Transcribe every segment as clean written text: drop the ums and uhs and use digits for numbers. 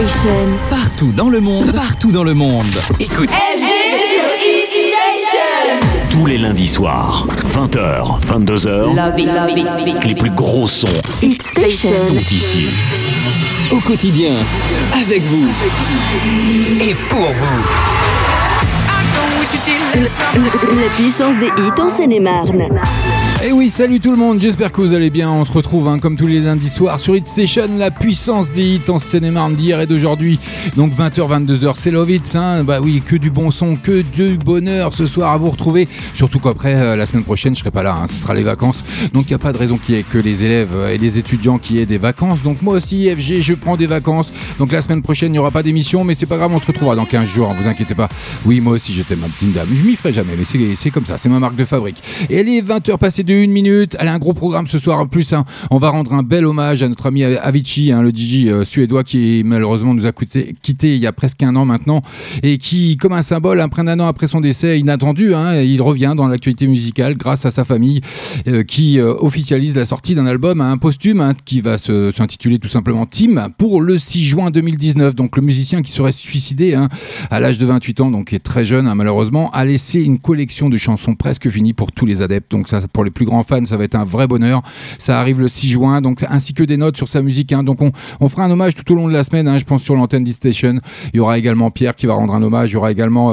Station. Partout dans le monde, partout dans le monde. Écoute. FG sur Hit Station. Tous les lundis soirs, 20h, 22h. Les plus gros sons. Hit Station. Sont ici. Au quotidien, avec vous et pour vous. La puissance des hits en Seine-et-Marne. Et oui, salut tout le monde, j'espère que vous allez bien. On se retrouve comme tous les lundis soirs sur Hit Station, la puissance des hits en Seine-et-Marne d'hier et d'aujourd'hui. Donc 20h, 22h, c'est Love Hits, Bah oui, que du bon son, que du bonheur ce soir à vous retrouver. Surtout qu'après, la semaine prochaine, je serai pas là, ce sera les vacances. Donc il n'y a pas de raison qu'il y ait que les élèves et les étudiants qui aient des vacances. Donc moi aussi, FG, je prends des vacances. Donc la semaine prochaine, il n'y aura pas d'émission, mais c'est pas grave, on se retrouvera dans 15 jours, vous inquiétez pas. Oui, moi aussi, j'étais ma petite dame. Je m'y ferai jamais, mais c'est comme ça, c'est ma marque de fabrique. Et elle est 20h passées de 1 minute. Elle a un gros programme ce soir. En plus, on va rendre un bel hommage à notre ami Avicii, le DJ suédois qui malheureusement nous a quitté il y a presque un an maintenant et qui, comme un symbole, près d'un an après son décès inattendu, il revient dans l'actualité musicale grâce à sa famille qui officialise la sortie d'un album posthume qui va s'intituler tout simplement Tim pour le 6 juin 2019. Donc le musicien qui serait suicidé à l'âge de 28 ans, donc qui est très jeune malheureusement, a laissé une collection de chansons presque finie pour tous les adeptes. Donc ça, pour les plus grands fans, ça va être un vrai bonheur. Ça arrive le 6 juin, donc ainsi que des notes sur sa musique. Donc on fera un hommage tout au long de la semaine, je pense, sur l'antenne d'Hit Station. Il y aura également Pierre qui va rendre un hommage. Il y aura également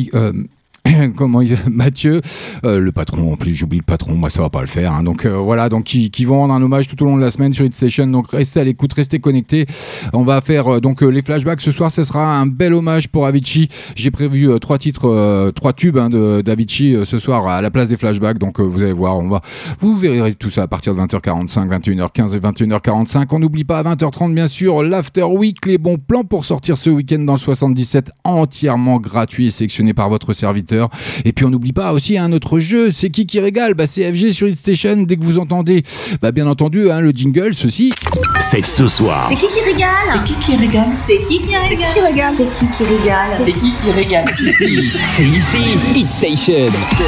Mathieu, le patron, en plus j'oublie le patron, moi ça va pas le faire, donc voilà, donc qui vont rendre un hommage tout au long de la semaine sur Hit Station. Donc restez à l'écoute, restez connectés. On va faire les flashbacks ce soir. Ce sera un bel hommage pour Avicii. J'ai prévu 3 tubes d'Avicii ce soir à la place des flashbacks. Donc vous allez voir, vous verrez tout ça à partir de 20h45, 21h15 et 21h45. On n'oublie pas à 20h30 bien sûr l'After Week, les bons plans pour sortir ce week-end dans le 77, entièrement gratuit et sélectionné par votre serviteur. Et puis on n'oublie pas aussi un autre jeu, c'est qui régale, c'est FG sur Hit Station. Dès que vous entendez, bien entendu, le jingle, ceci. C'est ce soir. C'est qui régale? C'est qui régale? C'est qui régale? C'est qui régale? C'est qui régale? C'est ici. Hit Station.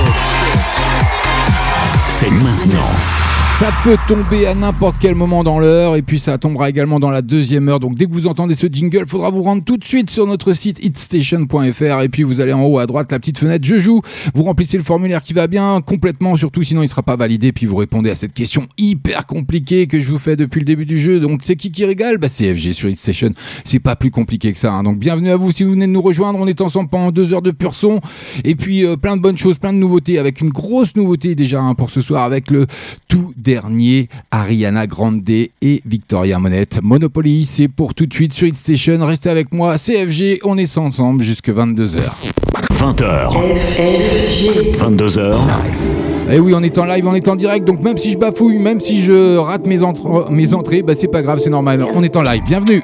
C'est maintenant. Ça peut tomber à n'importe quel moment dans l'heure et puis ça tombera également dans la deuxième heure. Donc dès que vous entendez ce jingle, il faudra vous rendre tout de suite sur notre site hitstation.fr et puis vous allez en haut à droite, la petite fenêtre Je joue. Vous remplissez le formulaire qui va bien complètement, surtout sinon il ne sera pas validé. Puis vous répondez à cette question hyper compliquée que je vous fais depuis le début du jeu. Donc c'est qui régale? C'est FG sur Hit Station. C'est pas plus compliqué que ça. Donc bienvenue à vous si vous venez de nous rejoindre. On est ensemble pendant 2 heures de pur son et puis plein de bonnes choses, plein de nouveautés, avec une grosse nouveauté déjà pour ce soir avec le tout dernier Ariana Grande et Victoria Monette. Monopoly, c'est pour tout de suite sur Hit Station. Restez avec moi, CFG, on est ensemble jusqu'à 22h. 20h. 22h. Et oui, on est en live, on est en direct, donc même si je bafouille, même si je rate mes entrées, c'est pas grave, c'est normal. On est en live, bienvenue.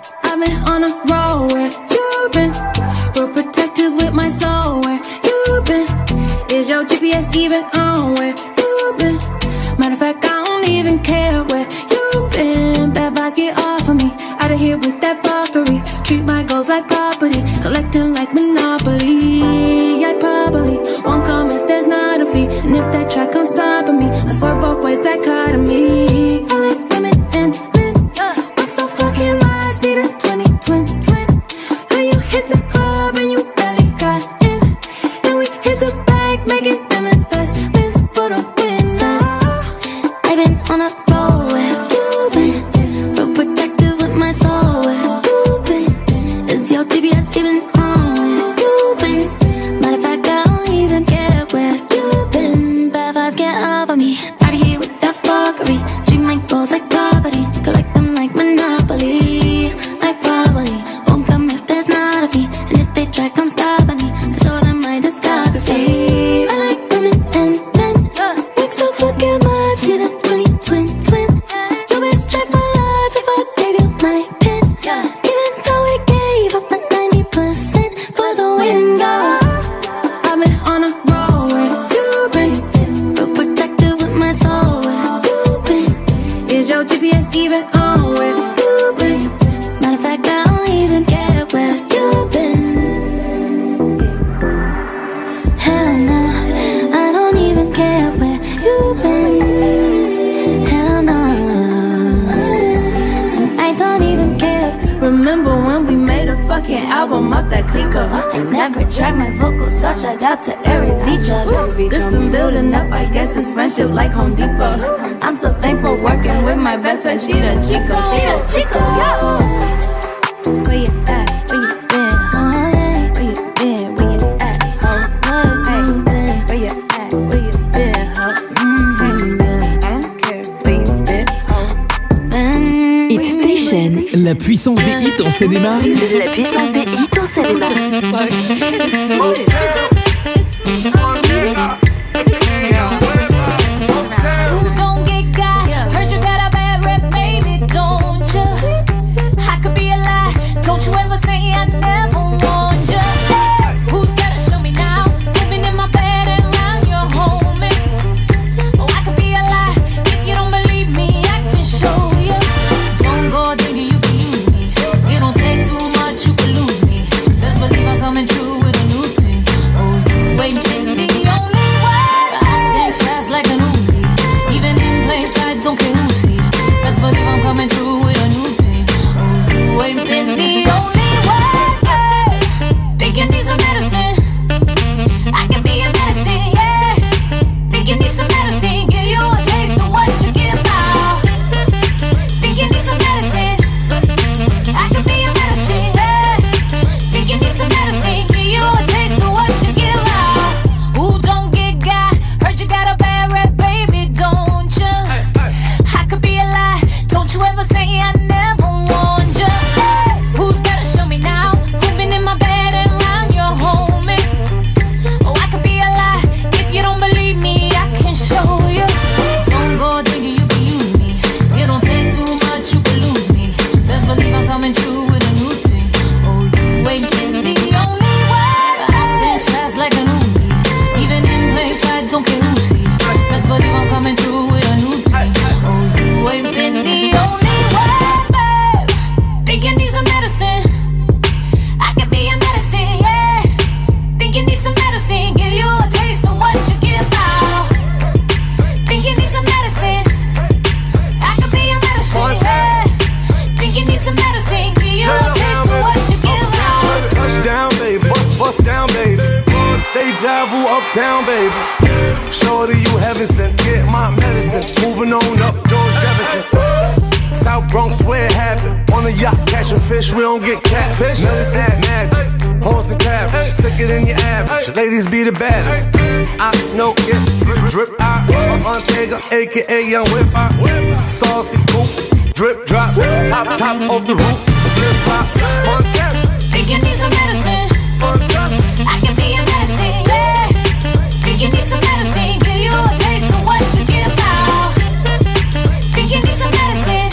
Matter of fact, I don't even care where you've been. Bad vibes get off of me. Out of here with that fuckery. Treat my goals like property. Collecting like Monopoly. I probably won't come if there's not a fee. And if that track comes stopping me, I swear both ways that cut of me. I like women and men. Work so fucking much, need a 20. How you hit the club and you barely got in. And we hit the bag, making them investments for the win. On a roll where you've been, real protective with my soul where you've been. Is your GPS even on where you've been? Matter of fact, I don't even care where you've been. Bad vibes get off of me, out of here with that fuckery. Treat my goals like property, collect them like Monopoly. I probably won't come if there's not a fee. And if they try, come stop at me, I show them my discography. I like women and men, make so fucking much, need a 20. You best check my life if I gave you my pin. Even though I gave up my 90% for the win, girl. I've been on a roll where you've been, real protective with my soul where you've been. Is your GPS even on where you've been? Matter of fact, I don't even care where you've been. Hell no, I don't even care where you've been. Remember when we made a fucking album off that clicker. I never tried my vocals, so shout out to Eric Leacher. This been building up, I guess it's friendship like Home Depot. I'm so thankful working with my best friend, she the Chico, yo. Where you at? Where you been? Where you been? Where you at? Where you been? Where you at? Where you been? I don't care where you been. Hit Station. La puissance des hits en Seine-et-Marne. La puissance des hits en Seine-et-Marne. Ooh, don't get got. Heard you got a bad rep, baby, don't you? I could be a lie. Don't you ever say I never warned you. Who's better? Show me now. Living in my bed and around your homies. Oh, I could be a lie. If you don't believe me, I can show you. Don't go thinking you can use me. It don't take too much, you can lose me. Best believe I'm coming through with a new thing. Oh, you ain't been the only one. I send shots like an Uzi. Even in place, I don't care who see. Best believe I'm coming through with a new thing. Oh, you ain't been the only one. Yeah. Think you need some medicine? I can be a medicine, yeah. Think you need some medicine? Give you a taste of what you give out. Think you need some medicine? I can be a medicine, yeah. Think you need some medicine? Give you a taste of what you give out. Ooh, don't get got. Heard you got a bad rep, baby, don't you? I could be a lie. Don't you ever say I never warned you. Who's better? Show me now. Living in my bed and around your homies. Oh, I could be a lie. If you don't believe me, I can show you. Don't go thinking you can use me. It don't take too much, you can lose me. Best believe I'm coming through with a new thing. Oh, you ain't been the only one. I send shots like an Uzi. Even in place, I don't care who see. Best believe I'm coming through with a new thing. Oh, you ain't been the only one, babe. Think you need some medicine? I can be a medicine, yeah. Think you need some medicine? Give you a taste of what you give out. Think you need some medicine? I can be a medicine, yeah. Think you need some medicine? Give you a taste of what you give out. Touchdown, baby. Bust down, baby. Deja vu uptown, baby. Shorty, you heaven sent. Get my medicine. Moving on up, George Jefferson. South Bronx, where it happened. On a yacht, catching fish. We don't get catfish. Medicine, magic. Horse and carriage. Sicker than your average. Ladies be the baddest. I know it. See the drip. I'm Ortega, aka Young Whip. Saucy coupe. Drip drop. Top off the roof. Flip flops. Montana. Think you need some medicine? I can be a medicine, yeah. Think you need some medicine? Give you a taste of what you give out. Think you need some medicine?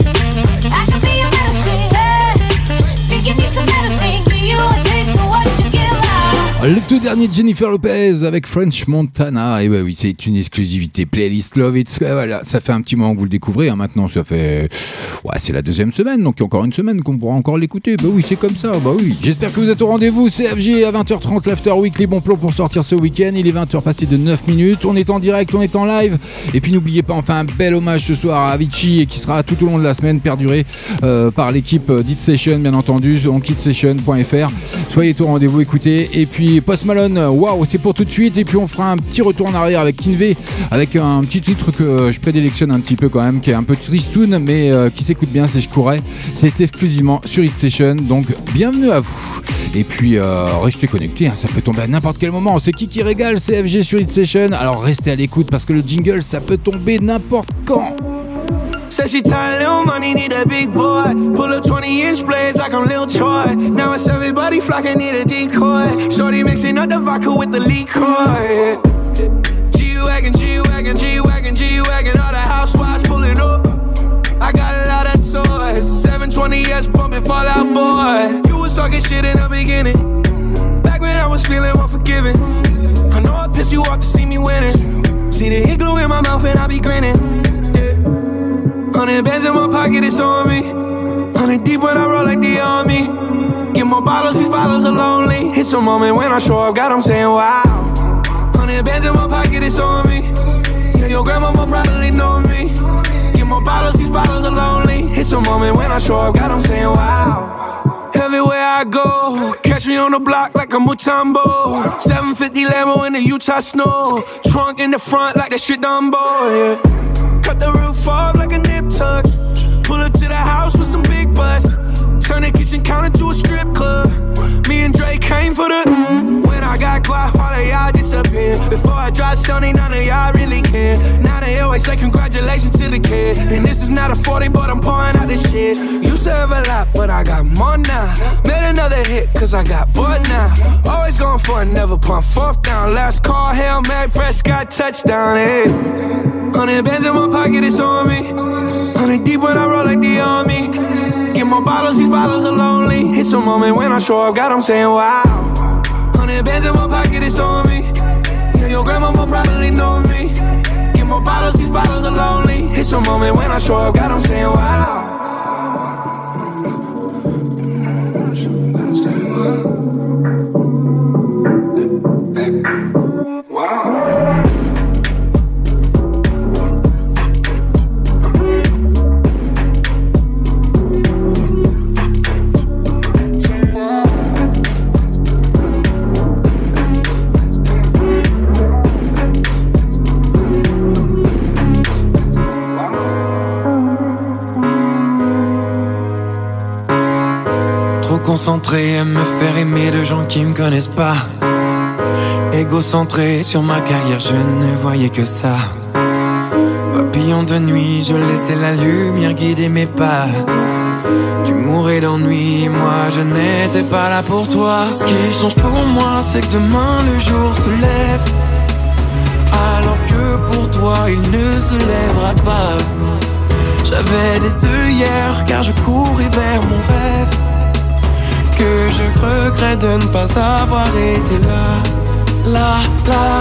I can be a medicine, yeah. Think you need some medicine? Give you a taste of what you give out. Le tout dernier de Jennifer Lopez avec French Montana. Et bah oui, c'est une exclusivité playlist Love It. Voilà, ça fait un petit moment que vous le découvrez. Hein. Maintenant, ça fait. Ouais, c'est la deuxième semaine, donc il y a encore une semaine qu'on pourra encore l'écouter. Bah oui, c'est comme ça. Bah oui. J'espère que vous êtes au rendez-vous. CFG à 20h30, l'After Week, les bons plans pour sortir ce week-end. Il est 20h passé de 9 minutes. On est en direct, on est en live. Et puis n'oubliez pas, enfin, un bel hommage ce soir à Avicii et qui sera tout au long de la semaine perduré par l'équipe d'Hit Session, bien entendu, donc hitsession.fr. Soyez au rendez-vous, écoutez. Et puis Post Malone, waouh, c'est pour tout de suite. Et puis on fera un petit retour en arrière avec Kinvey, avec un petit titre que je prédélectionne un petit peu quand même, qui est un peu tristoun, mais qui s'écoute bien, c'est Je courais. C'est exclusivement sur Hit Session, donc bienvenue à vous. Et puis restez connectés, hein, ça peut tomber à n'importe quel moment. C'est qui régale, CFG sur Hit Session. Alors restez à l'écoute parce que le jingle, ça peut tomber n'importe quand. Said she tired, little money, need a big boy. Pull up 20-inch blades like I'm Lil Troy. Now it's everybody flocking, need a decoy. Shorty mixing up the vodka with the liquor. G-Wagon, G-Wagon, G-Wagon, G-Wagon. All the housewives pulling up. I got a lot of toys. 720S bumping Fall Out Boy. You was talking shit in the beginning. Back when I was feeling unforgiving. I know I pissed you off to see me winning. See the hit glue in my mouth and I be grinning. 100 bands in my pocket, it's on me. 100 deep when I roll like the army. Get more bottles, these bottles are lonely. It's a moment when I show up, God, I'm saying wow. 100 bands in my pocket, it's on me. Yeah, your grandma will probably know me. Get more bottles, these bottles are lonely. It's a moment when I show up, God, I'm saying wow. Heaven everywhere I go. Catch me on the block like a Mutombo. 750 Lambo in the Utah snow. Trunk in the front like that shit Dumbo, yeah. Cut the roof off like a nip tuck. Pull up to the house with some big butts. Turn the kitchen counter to a strip club. Me and Drake came for the. When I got quiet, all of y'all disappear. Before I dropped Stoney, none of y'all really care. Now they always say congratulations to the kid. And this is not a 40, but I'm pouring out this shit. Used to have a lot, but I got more now. Made another hit, cause I got bored now. Always going for it, never pump fourth down. Last call, Hail Mary, Prescott, touchdown, hey. 100 bands in my pocket, it's on me. 100 deep when I roll like the army. Get more bottles, these bottles are lonely. It's a moment when I show up, God, I'm saying wow. 100 bands in my pocket, it's on me. Yeah, your grandma will probably know me. Get more bottles, these bottles are lonely. It's a moment when I show up, God, I'm saying wow. Wow. Concentré à me faire aimer de gens qui me connaissent pas. Égocentré sur ma carrière, je ne voyais que ça. Papillon de nuit, je laissais la lumière guider mes pas. Tu mourais d'ennui, moi je n'étais pas là pour toi. Ce qui change pour moi, c'est que demain le jour se lève. Alors que pour toi, il ne se lèvera pas. J'avais des œillères car je courais vers mon rêve. Que je regrette de ne pas avoir été là, là, là.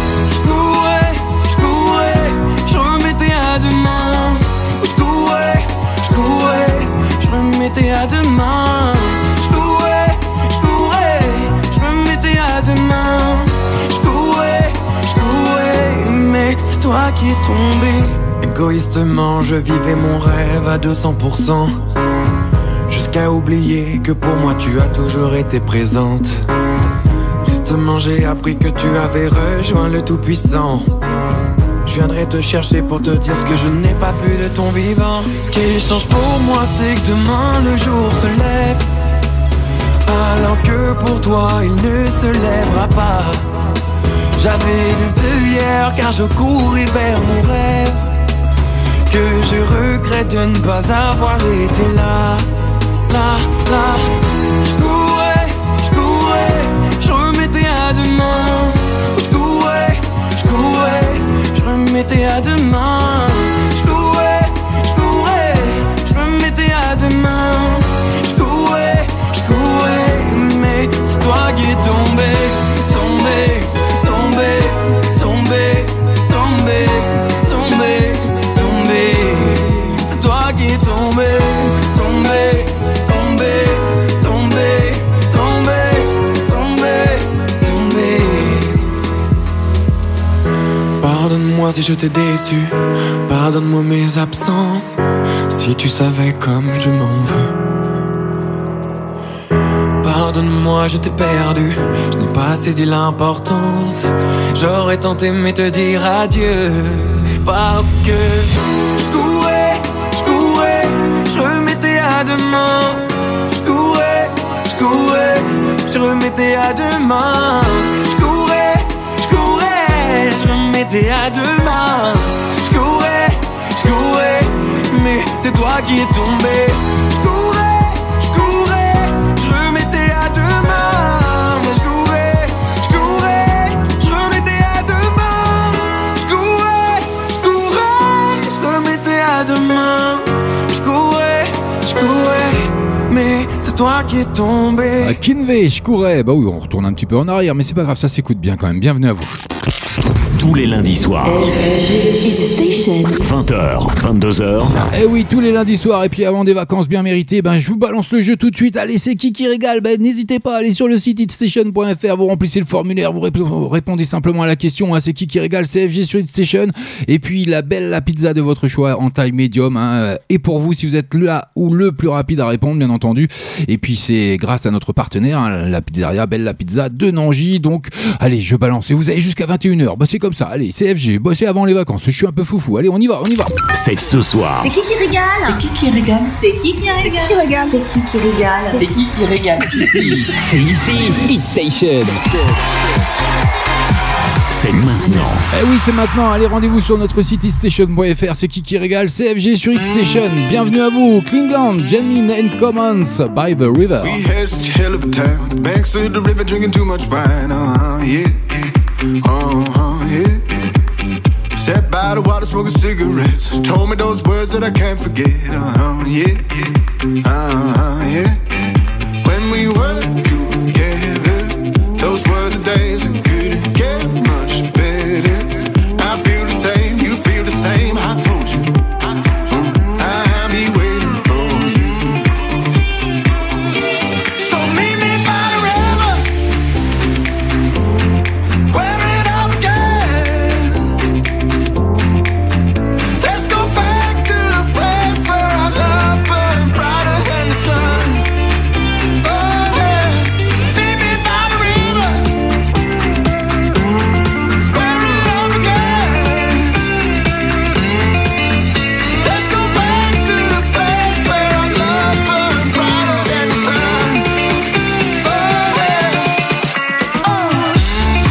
Je courais, je remettais à demain. Je courais, je remettais à demain. Je courais, je remettais à demain. Je courais, mais c'est toi qui es tombé. Égoïstement, je vivais mon rêve à 200%. Jusqu'à oublier que pour moi tu as toujours été présente. Tristement j'ai appris que tu avais rejoint le Tout-Puissant. Je viendrai te chercher pour te dire ce que je n'ai pas pu de ton vivant. Ce qui change pour moi c'est que demain le jour se lève. Alors que pour toi il ne se lèvera pas. J'avais des œillères car je courais vers mon rêve. Que je regrette de ne pas avoir été là. Là, là. Je courais, je remettais à demain. Je courais, je remettais à demain. Je courais, je remettais à demain. Je courais, mais c'est toi qui es tombé. C'est toi qui es tombé. Pardonne-moi si je t'ai déçu, pardonne-moi mes absences. Si tu savais comme je m'en veux. Pardonne-moi, je t'ai perdu, je n'ai pas saisi l'importance. J'aurais tant aimé te dire adieu. Parce que je courais, je remettais à demain. Je courais, je remettais à demain. Je courais, je remettais à demain. Je courais, mais c'est toi qui es tombé. Je courais, je remettais à demain. Mais je remettais à demain. Je remettais à demain. Je courais, mais c'est toi qui es tombé. Kinvey, je courais. Bah oui, on retourne un petit peu en arrière, mais c'est pas grave, ça s'écoute bien quand même. Bienvenue à vous. Tous les lundis soirs. Hit Station. 20h, 22h. Eh oui, tous les lundis soirs. Et puis avant des vacances bien méritées, je vous balance le jeu tout de suite. Allez, c'est qui régale? N'hésitez pas à aller sur le site hitstation.fr. Vous remplissez le formulaire, vous répondez simplement à la question. C'est qui régale? CFG sur Hitstation. Et puis la pizza de votre choix en taille médium. Et pour vous, si vous êtes là ou le plus rapide à répondre, bien entendu. Et puis c'est grâce à notre partenaire, la pizzeria Belle la Pizza de Nangy. Donc, allez, je balance. Et vous avez jusqu'à 21h. C'est comme ça. Allez, CFG, c'est avant les vacances. Je suis un peu foufou. Allez, on y va. C'est ce soir. C'est qui régale? C'est qui régale? C'est qui régale? C'est qui régale? C'est qui régale? C'est ici, Hit Station. C'est maintenant. Eh oui, c'est maintenant. Allez, rendez-vous sur notre site hitstation.fr. C'est qui régale? CFG sur Hitstation. Bienvenue à vous. Klingland, Jamin and Commons by the River. We had such a hell of a time on the banks of the river, drinking too much wine. Yeah. Sat by the water, smoking cigarettes. Told me those words that I can't forget. Yeah. When we were together, those were the days that couldn't get much better. I feel the same, you feel the same. I told you, I'll be waiting for you. So meet me by the river, where it all began. Let's go back to the place where our love burned brighter than the sun. Oh yeah, meet me by the river, where it all began. Let's go back to the place where our love burned brighter than the sun. Oh yeah, by the river,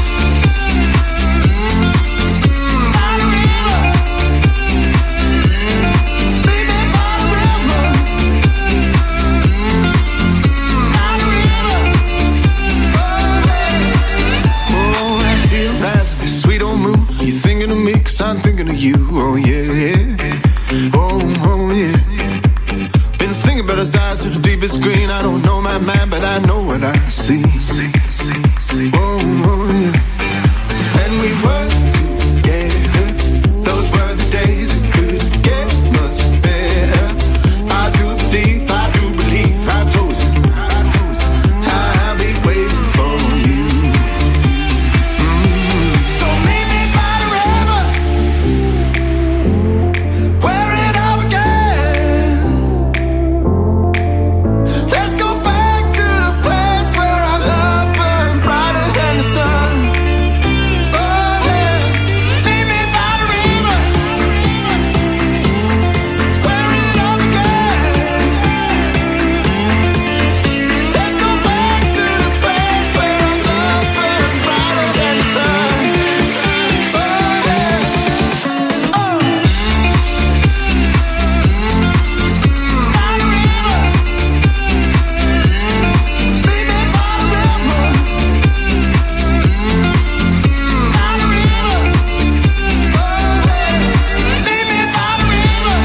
meet me by the river, oh, I see it rising, sweet old moon. You thinking of me 'cause I'm thinking of you. Oh yeah. Oh yeah. Been thinking about us eyes to the deepest green. I don't know my mind, but I know what I see. Oh yeah. And we were together. Those were the days that couldn't get much better. I do believe, I told you, I'll be waiting for you. So meet me by the river, where it all began. Let's go back to the place where our love burned brighter than the sun. Oh yeah, meet me by the river, where it all began. Let's go back to the place where our love burned brighter than the sun. Oh yeah, by the river, meet me by the river, by the river. Oh yeah, meet me by the river,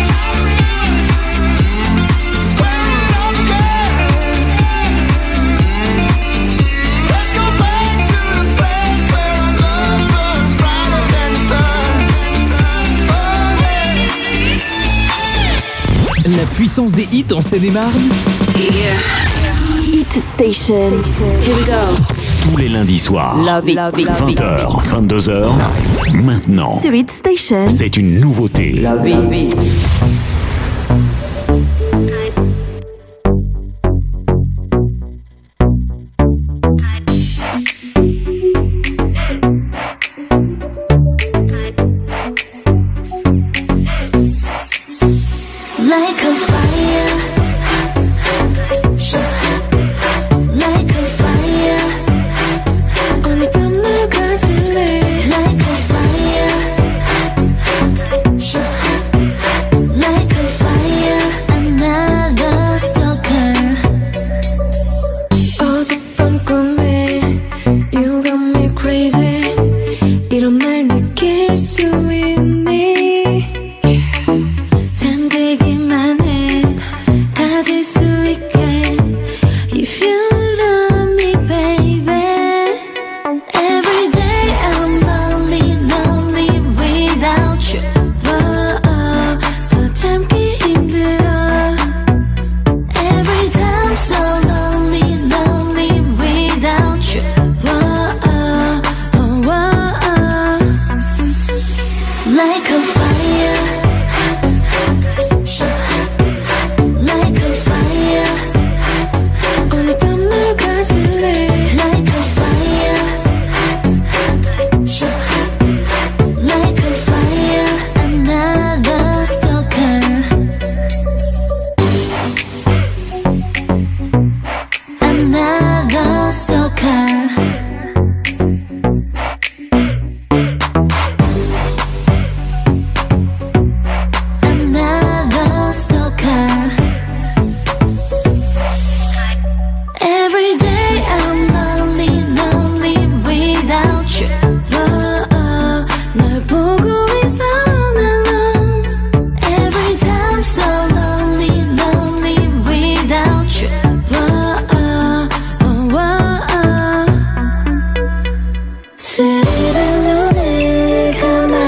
where it all began. Let's go back to the place where our love burned brighter than the sun. Oh yeah. La puissance des hits en Seine-et-Marne. Hit Station. Here we go. Tous les lundis soirs. Love it. 20h, 22h. Maintenant. Sur Hit Station. C'est une nouveauté. Like a fire, like a fire. 오늘 밤을 가질래. Like a fire, like a fire. another stalker. Another stalker. Every day I'm lonely, lonely without you. 널 보고 있어 alone. Every time so lonely, lonely without you. 스리는 눈을 감아.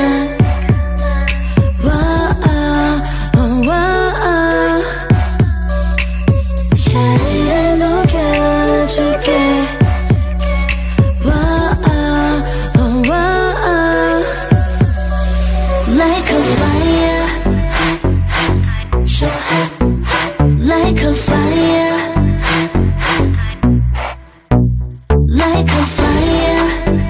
샤리를 녹여줄게. Like a fire, so hot. Like a fire, like a fire,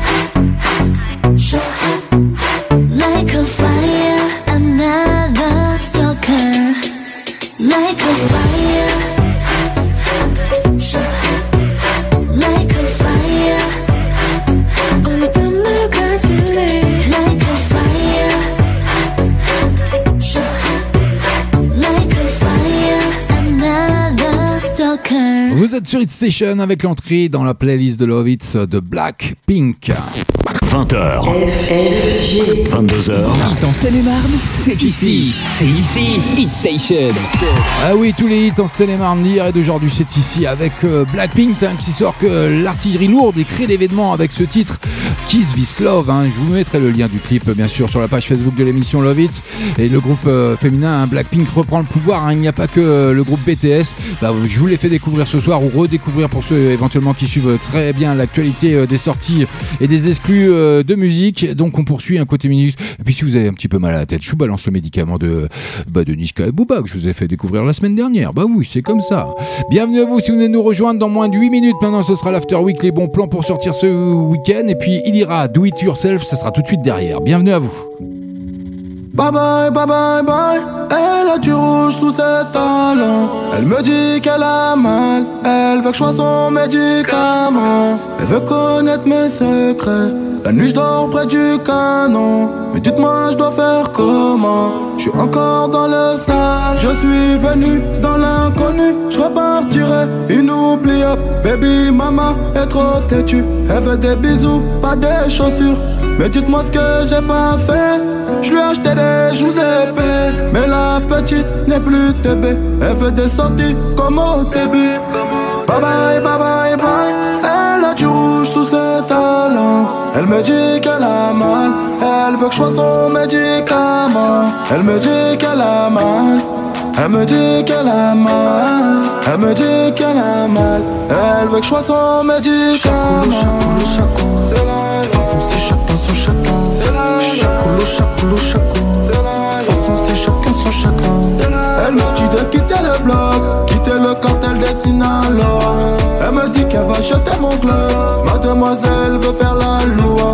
so hot. Like a fire, another stalker. Like a fire, so hot. Like a fire, 오늘 밤 널 가질래. Like a fire, so hot. Like a fire, another stalker. Vous êtes sur Hit Station avec l'entrée dans la playlist de Love Hits de Blackpink. 20h, 22h. Hit en Seine-et-Marne, c'est ici. C'est ici. Hit Station. Ah oui, tous les hits en Seine-et-Marne d'hier et d'aujourd'hui, c'est ici avec Blackpink qui sort que l'artillerie lourde et crée l'événement avec ce titre Kiss This Love. Je vous mettrai le lien du clip bien sûr sur la page Facebook de l'émission Love Hits. Et le groupe féminin Blackpink reprend le pouvoir. Il n'y a pas que le groupe BTS. Je vous l'ai fait découvrir ce soir ou redécouvrir pour ceux éventuellement qui suivent très bien l'actualité des sorties et des exclus de musique. Donc on poursuit un côté minute. Et puis si vous avez un petit peu mal à la tête, je vous balance le médicament de Niska et Booba que je vous ai fait découvrir la semaine dernière. Oui, c'est comme ça. Bienvenue à vous si vous venez nous rejoindre dans moins de 8 minutes. Maintenant ce sera l'After Week, les bons plans pour sortir ce week-end. Et puis il ira Do It Yourself, ça sera tout de suite derrière. Bienvenue à vous. Bye bye, bye bye, bye. Elle a du rouge sous ses talons. Elle me dit qu'elle a mal. Elle veut que je sois son médicament. Elle veut connaître mes secrets. La nuit je dors près du canon. Mais dites-moi je dois faire comment. Je suis encore dans le sale. Je suis venu dans l'inconnu. Je repartirai inoubliable. Baby mama est trop têtue. Elle veut des bisous, pas des chaussures. Mais dites-moi ce que j'ai pas fait. Je lui ai acheté des joues épais. Mais la petite n'est plus TB. Elle fait des sorties comme au début. Bye bye, bye bye, bye. Elle a du rouge sous ses talons. Elle me dit qu'elle a mal. Elle veut que je sois son médicament. Elle me dit qu'elle a mal. Elle me dit qu'elle a mal. Elle me dit qu'elle a mal. Elle veut que je sois son médicament. Chaco, c'est la. De toute façon c'est chacun son chacun. C'est la. Chaco. C'est la. De toute façon c'est chacun son chacun. Elle me dit de quitter le bloc, quitter le cartel des Sinaloa. Elle me dit qu'elle va jeter mon club. Mademoiselle veut faire la loi.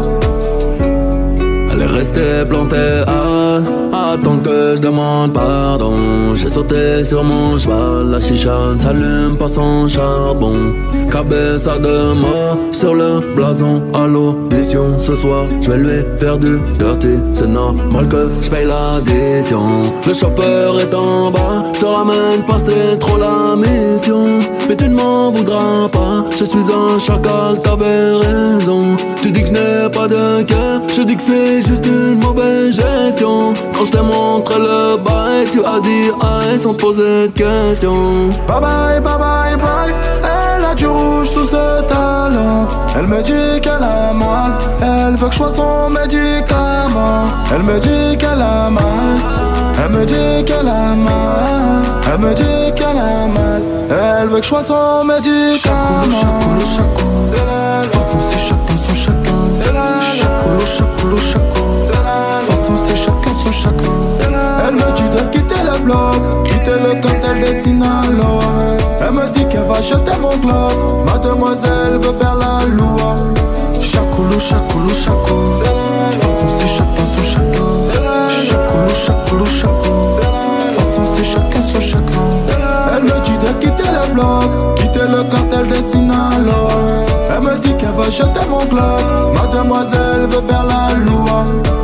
Elle est restée plantée à attendre que je demande pardon. J'ai sauté sur mon cheval, la chicha ne s'allume pas sans charbon. Cabeza de mort sur le blason à l'audition. Ce soir je vais lui faire du dirty. C'est normal que je paye l'addition. Le chauffeur est en bas, je te ramène pas, c'est trop la mission. Mais tu ne m'en voudras pas, je suis un chacal, t'avais raison. Tu dis que je n'ai pas de cœur, je dis que c'est juste une mauvaise gestion. Quand je t'ai montré le bail, tu as dit aïe sans poser de questions. Bye bye, bye bye, bye. Elle a du rouge sous ses talons. Elle me dit qu'elle a mal. Elle veut que je sois son médicament. Elle me dit qu'elle a mal. Elle me dit qu'elle a mal. Elle me dit qu'elle a mal. Elle veut que je sois son médicament. Chaco. C'est la. De toute façon c'est chacun son chacun. C'est la. Chaco. C'est la. De toute façon c'est chacun son chacun. C'est la. Elle me dit de quitter le bloc, quitter le cartel des Sinaloa. Elle me dit qu'elle va jeter mon globe. Mademoiselle veut faire la loi. Chaco. C'est la. De toute façon c'est chacun son chacun. C'est la. Chaco. C'est la. De toute façon c'est chacun son chacun. C'est la. Elle me dit de quitter le bloc, quitter le cartel des les Sinaloa. Elle me dit qu'elle veut jeter mon club. Mademoiselle veut faire la loi.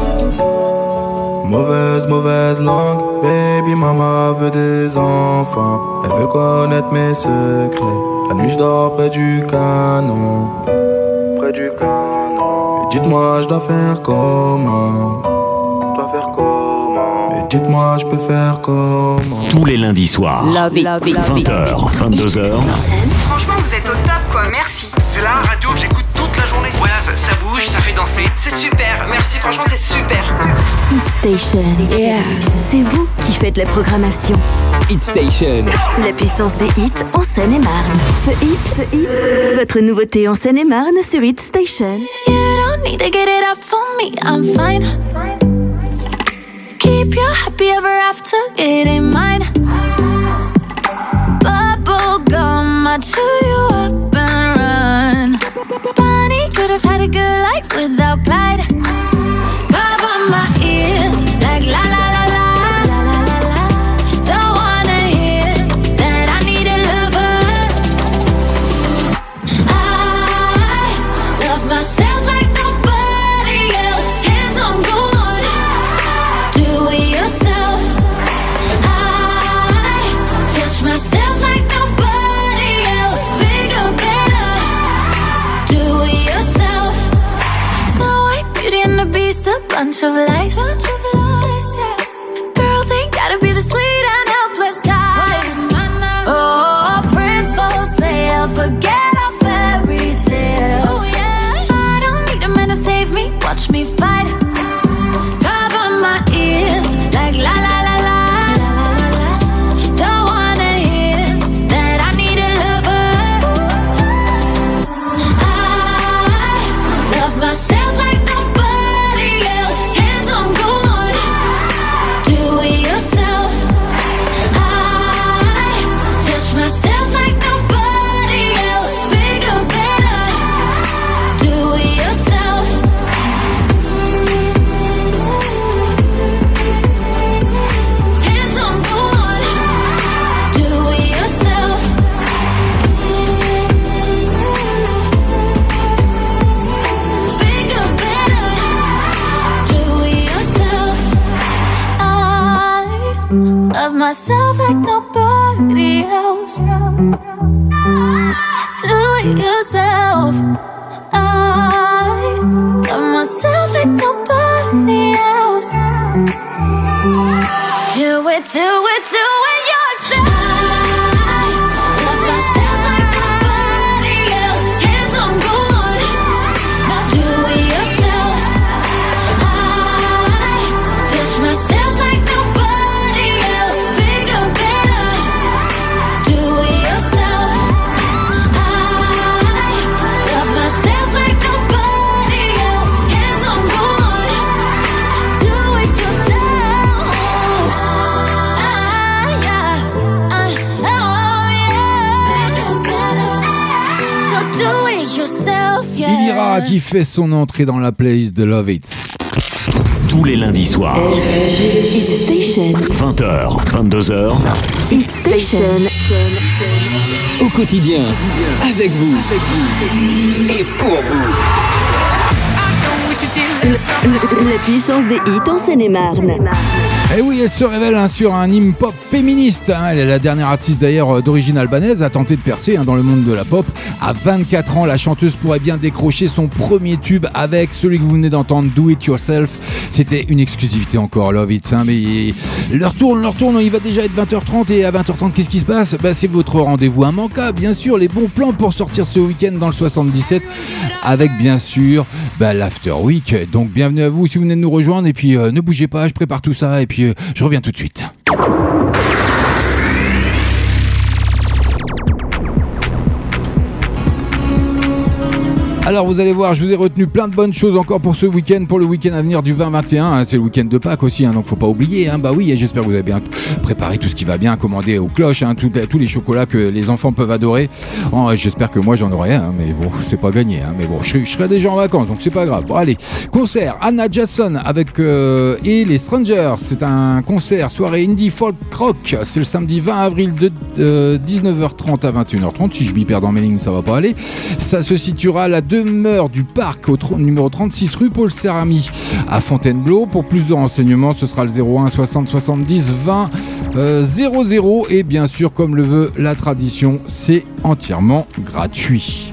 Mauvaise langue. Baby mama veut des enfants. Elle veut connaître mes secrets. La nuit je dors près du canon. Près du canon. Et dites-moi je dois faire comment. Et dites-moi je peux faire comment. Tous les lundis soirs, 20h, 22h. Franchement vous êtes au top quoi, merci. C'est la radio que j'écoute toute la journée. Voilà, ça bouge, ça fait danser. C'est super, merci, franchement c'est super. Hit Station, c'est vous qui faites la programmation. Hit Station, la puissance des hits en Seine-et-Marne. Ce hit, votre nouveauté en Seine-et-Marne sur Hit Station. You don't need to get it up for me, I'm fine. Keep your happy ever after, it ain't mine. Bubble gum, I chew you up and run. Bonnie could have had a good life without Clyde. Cover my ears like la la la la la la la la. Don't wanna hear that I need a lover. I love myself like nobody else. Hands on God, do it yourself. I touch myself like nobody else. Bigger, better, do it yourself. Snow White, Beauty and the Beast, a bunch of lies. Girls ain't gotta be the sweet and helpless type. Oh, Prince for sale, forget our fairy tales. I don't need a man to save me, watch me fight. Cover my ears like la la la la la la la. Don't wanna hear that I need a lover. I love myself like nobody else. Hands on God, do it yourself. I touch myself like nobody else. Bigger, better, do it yourself. Hands on God, do it yourself. Bigger, better, do it yourself. I love myself like nobody else. Do it yourself. I love myself like nobody else. Do it, do it, do it yourself. I love myself like nobody else. Hands on God, now do it yourself. I touch myself like nobody else. Bigger, better, do it yourself. I love myself like nobody else. Hands on God, do it yourself. So do it yourself, yeah. Ilira qui fait son entrée dans la playlist de Love It. Tous les lundis soirs, Hit Station, 20h, 22h. Hit Station, au quotidien, avec vous et pour vous. la puissance des hits en Seine-et-Marne. Et oui, elle se révèle sur un hymne pop féministe. Elle est la dernière artiste d'ailleurs d'origine albanaise à tenter de percer dans le monde de la pop. À 24 ans, la chanteuse pourrait bien décrocher son premier tube avec celui que vous venez d'entendre, Do It Yourself. C'était une exclusivité encore, Love It. Mais l'heure tourne, il va déjà être 20h30 et à 20h30, qu'est-ce qui se passe ? C'est votre rendez-vous immanquable, bien sûr, les bons plans pour sortir ce week-end dans le 77 avec bien sûr l'After Week. Donc bienvenue à vous si vous venez de nous rejoindre et puis ne bougez pas, je prépare tout ça et puis je reviens tout de suite. Alors vous allez voir, je vous ai retenu plein de bonnes choses encore pour ce week-end, pour le week-end à venir du 20-21, hein, c'est le week-end de Pâques aussi, hein, donc faut pas oublier, hein, bah oui, et j'espère que vous avez bien préparé tout ce qui va bien, commandé aux cloches, hein, tous les chocolats que les enfants peuvent adorer. Oh, j'espère que moi j'en aurai un, mais bon, c'est pas gagné, hein, mais bon, je serai déjà en vacances, donc c'est pas grave. Bon allez, concert, Anna Judson avec et les Strangers, c'est un concert, soirée indie folk rock, c'est le samedi 20 avril de 19h30 à 21h30, si je m'y perds dans mes lignes ça va pas aller. Ça se situera à la demeure du parc au numéro 36 rue Paul Serrami à Fontainebleau. Pour plus de renseignements, ce sera le 01 60 70 20 00 et bien sûr, comme le veut la tradition, c'est entièrement gratuit.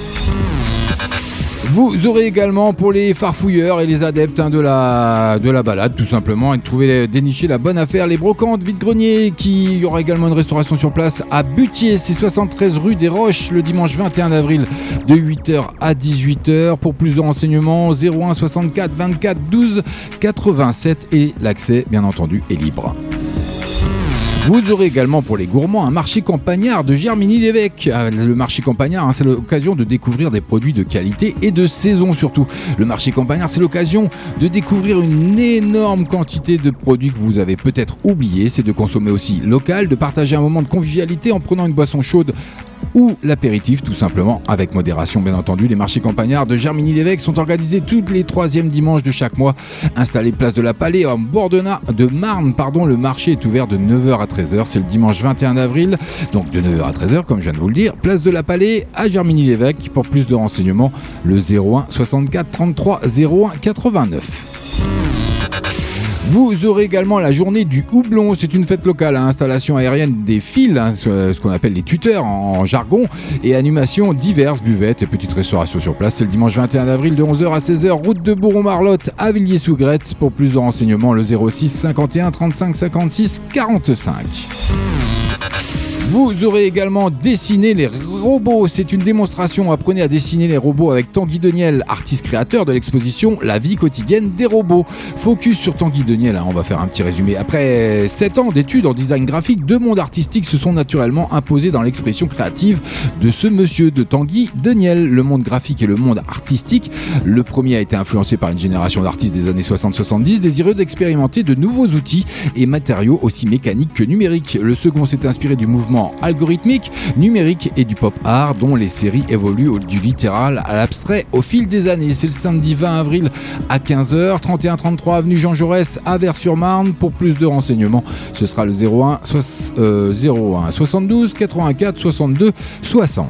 Vous aurez également pour les farfouilleurs et les adeptes de la balade tout simplement et de dénicher la bonne affaire, les brocantes vide-grenier qui y aura également une restauration sur place à Butier, c'est 73 rue des Roches le dimanche 21 avril de 8h à 18h. Pour plus de renseignements 01 64 24 12 87 et l'accès bien entendu est libre. Vous aurez également pour les gourmands un marché campagnard de Germigny-l'Évêque. Le marché campagnard, hein, c'est l'occasion de découvrir des produits de qualité et de saison surtout. Le marché campagnard, c'est l'occasion de découvrir une énorme quantité de produits que vous avez peut-être oubliés. C'est de consommer aussi local, de partager un moment de convivialité en prenant une boisson chaude ou l'apéritif tout simplement avec modération bien entendu. Les marchés campagnards de Germigny-l'Évêque sont organisés tous les 3e dimanches de chaque mois. Installé place de la Palais en bord de Marne, le marché est ouvert de 9h à 13h. C'est le dimanche 21 avril, donc de 9h à 13h comme je viens de vous le dire. Place de la Palais à Germigny-l'Évêque. Pour plus de renseignements, le 01 64 33 01 89. Vous aurez également la journée du houblon, c'est une fête locale, hein, installation aérienne des fils, hein, ce qu'on appelle les tuteurs en jargon, et animations diverses, buvettes et petites restaurations sur place. C'est le dimanche 21 avril de 11h à 16h, route de Bourron-Marlotte à Villiers-sous-Gretz. Pour plus de renseignements, le 06 51 35 56 45. Vous aurez également dessiné les robots. C'est une démonstration. Apprenez à dessiner les robots avec Tanguy Deniel, artiste créateur de l'exposition La vie quotidienne des robots. Focus sur Tanguy Deniel, hein, on va faire un petit résumé. Après 7 ans d'études en design graphique, 2 mondes artistiques se sont naturellement imposés dans l'expression créative de ce monsieur, de Tanguy Deniel. Le monde graphique et le monde artistique. Le premier a été influencé par une génération d'artistes des années 60-70, désireux d'expérimenter de nouveaux outils et matériaux aussi mécaniques que numériques. Le second s'est inspiré du mouvement algorithmique, numérique et du pop art dont les séries évoluent du littéral à l'abstrait au fil des années. C'est le samedi 20 avril à 15h, 31-33 avenue Jean Jaurès à Vers-sur-Marne. Pour plus de renseignements, ce sera le 01 72 84 62 60.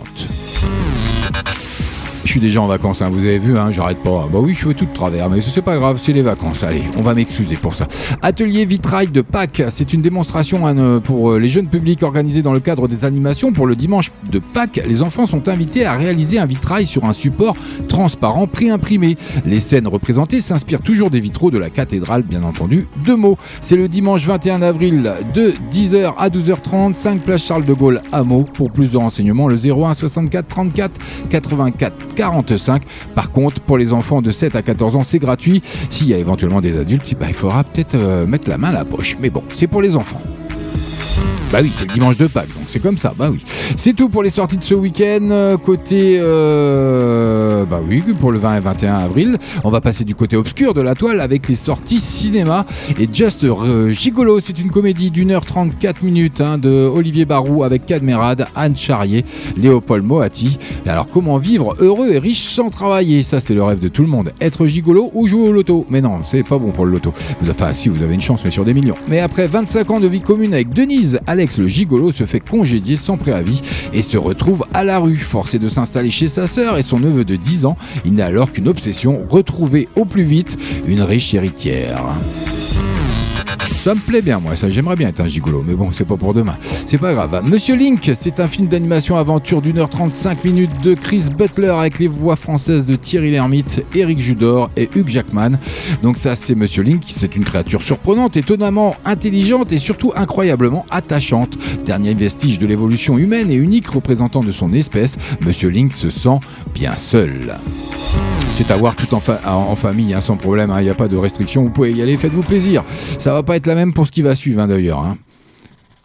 Je suis déjà en vacances, hein, vous avez vu, hein, j'arrête pas. Bah oui, je fais tout de travers, mais c'est pas grave, c'est les vacances. Allez, on va m'excuser pour ça. Atelier vitrail de Pâques, c'est une démonstration pour les jeunes publics organisée dans le cadre des animations pour le dimanche de Pâques. Les enfants sont invités à réaliser un vitrail sur un support transparent pré-imprimé. Les scènes représentées s'inspirent toujours des vitraux de la cathédrale, bien entendu, de Meaux. C'est le dimanche 21 avril de 10h à 12h30, 5 place Charles de Gaulle à Meaux. Pour plus de renseignements, le 01 64 34 84 45. Par contre, pour les enfants de 7 à 14 ans, c'est gratuit. S'il y a éventuellement des adultes, il faudra peut-être mettre la main à la poche. Mais bon, c'est pour les enfants. Bah oui, c'est le dimanche de Pâques, donc c'est comme ça, bah oui. C'est tout pour les sorties de ce week-end. Côté, bah oui, pour le 20 et 21 avril, on va passer du côté obscur de la toile avec les sorties cinéma. Et Just Gigolo, c'est une comédie d'1h34 hein, de Olivier Barou avec Cadmerade, Anne Charrier, Léopold Moati. Et alors, comment vivre heureux et riche sans travailler? Ça, c'est le rêve de tout le monde. Être gigolo ou jouer au loto? Mais non, c'est pas bon pour le loto. Enfin, si, vous avez une chance, mais sur des millions. Mais après 25 ans de vie commune avec Denise, Alex le gigolo se fait congédier sans préavis et se retrouve à la rue. Forcé de s'installer chez sa sœur et son neveu de 10 ans, il n'a alors qu'une obsession, retrouver au plus vite une riche héritière. Ça me plaît bien, moi, ça, j'aimerais bien être un gigolo, mais bon, c'est pas pour demain. C'est pas grave. Monsieur Link, c'est un film d'animation aventure d'1h35 de Chris Butler avec les voix françaises de Thierry Lhermitte, Éric Judor et Hugh Jackman. Donc ça, c'est Monsieur Link, c'est une créature surprenante, étonnamment intelligente et surtout incroyablement attachante. Dernier vestige de l'évolution humaine et unique représentant de son espèce, Monsieur Link se sent bien seul. C'est à voir tout en famille, hein, sans problème, il n'y a pas de restriction, vous pouvez y aller, faites-vous plaisir. Ça va pas être la même pour ce qui va suivre, hein, d'ailleurs. Hein.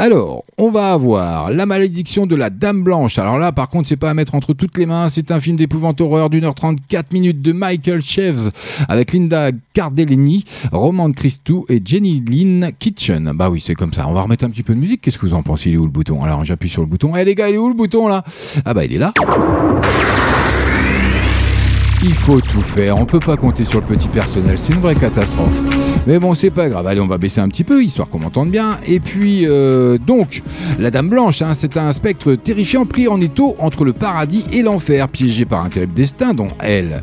Alors, on va avoir La malédiction de la Dame Blanche. Alors là, par contre, c'est pas à mettre entre toutes les mains. C'est un film d'épouvante horreur d'1h34 de Michael Chaves avec Linda Cardellini, Roman Christou et Jenny Lynn Kitchen. Bah oui, c'est comme ça. On va remettre un petit peu de musique. Qu'est-ce que vous en pensez? Il est où le bouton? Alors, j'appuie sur le bouton. Les gars, il est où le bouton là? Ah bah, il est là. Il faut tout faire, on peut pas compter sur le petit personnel, c'est une vraie catastrophe. Mais bon, c'est pas grave, allez, on va baisser un petit peu, histoire qu'on m'entende bien. Et puis, donc, la Dame Blanche, c'est un spectre terrifiant pris en étau entre le paradis et l'enfer, piégé par un terrible destin dont elle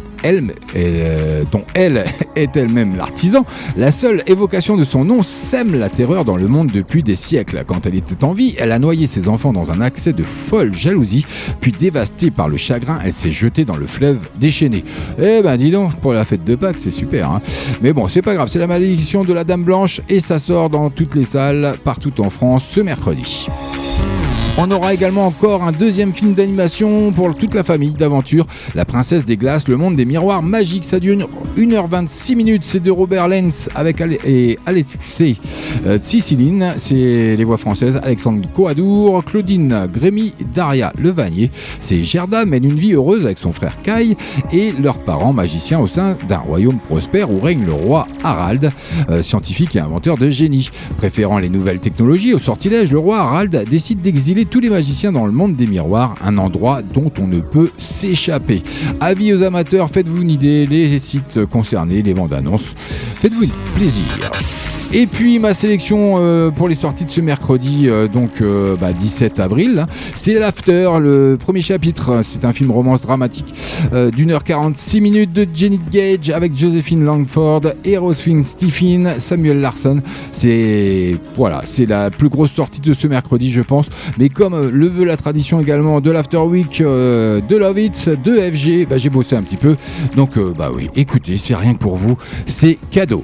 est elle-même l'artisan. La seule évocation de son nom sème la terreur dans le monde depuis des siècles. Quand elle était en vie, elle a noyé ses enfants dans un accès de folle jalousie, puis dévastée par le chagrin, elle s'est jetée dans le fleuve déchaîné. Eh ben dis donc, pour la fête de Pâques, c'est super. Mais bon, c'est pas grave, c'est La malédiction de la Dame Blanche et ça sort dans toutes les salles partout en France ce mercredi. On aura également encore un deuxième film d'animation pour toute la famille d'aventure, La Princesse des Glaces, le monde des miroirs magiques. Ça dure 1h26, c'est de Robert Lenz avec Alexei Tsitsiline, c'est les voix françaises, Alexandre Coadour, Claudine Grémy, Daria Levanier. C'est Gerda mène une vie heureuse avec son frère Kai et leurs parents magiciens au sein d'un royaume prospère où règne le roi Harald, scientifique et inventeur de génie. Préférant les nouvelles technologies au sortilège, le roi Harald décide d'exiler tous les magiciens dans le monde des miroirs, un endroit dont on ne peut s'échapper. Avis aux amateurs, faites-vous une idée, les sites concernés, les bandes annonces, faites-vous plaisir. Et puis ma sélection pour les sorties de ce mercredi, 17 avril, c'est l'After, le premier chapitre. C'est un film romance dramatique d'1h46 de Jenny Gage avec Josephine Langford et Rosefin Stephen, Samuel Larson. C'est la plus grosse sortie de ce mercredi, je pense. Mais comme le veut la tradition également de l'After Week de Love It, de FG, j'ai bossé un petit peu. Donc écoutez, c'est rien que pour vous, c'est cadeau.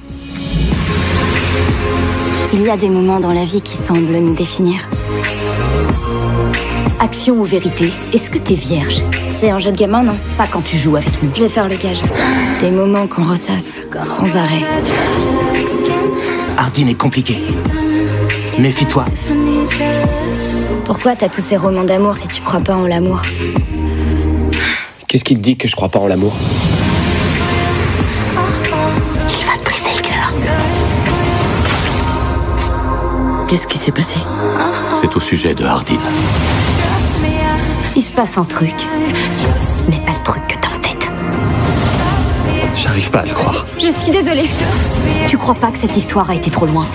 Il y a des moments dans la vie qui semblent nous définir. Action ou vérité, est-ce que t'es vierge? C'est un jeu de gamin, non? Pas quand tu joues avec nous. Je vais faire le gage. Des moments qu'on ressasse sans arrêt. Ardyn est compliqué. Méfie-toi. Pourquoi t'as tous ces romans d'amour si tu crois pas en l'amour? Qu'est-ce qui te dit que je crois pas en l'amour? Il va te briser le cœur. Qu'est-ce qui s'est passé? C'est au sujet de Ardyn. Il se passe un truc, mais pas le truc que t'as en tête. J'arrive pas à le croire. Je suis désolée. Tu crois pas que cette histoire a été trop loin?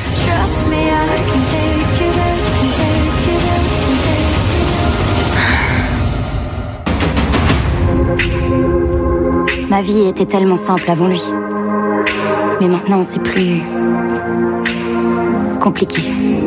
Ma vie était tellement simple avant lui. Mais maintenant, c'est plus compliqué.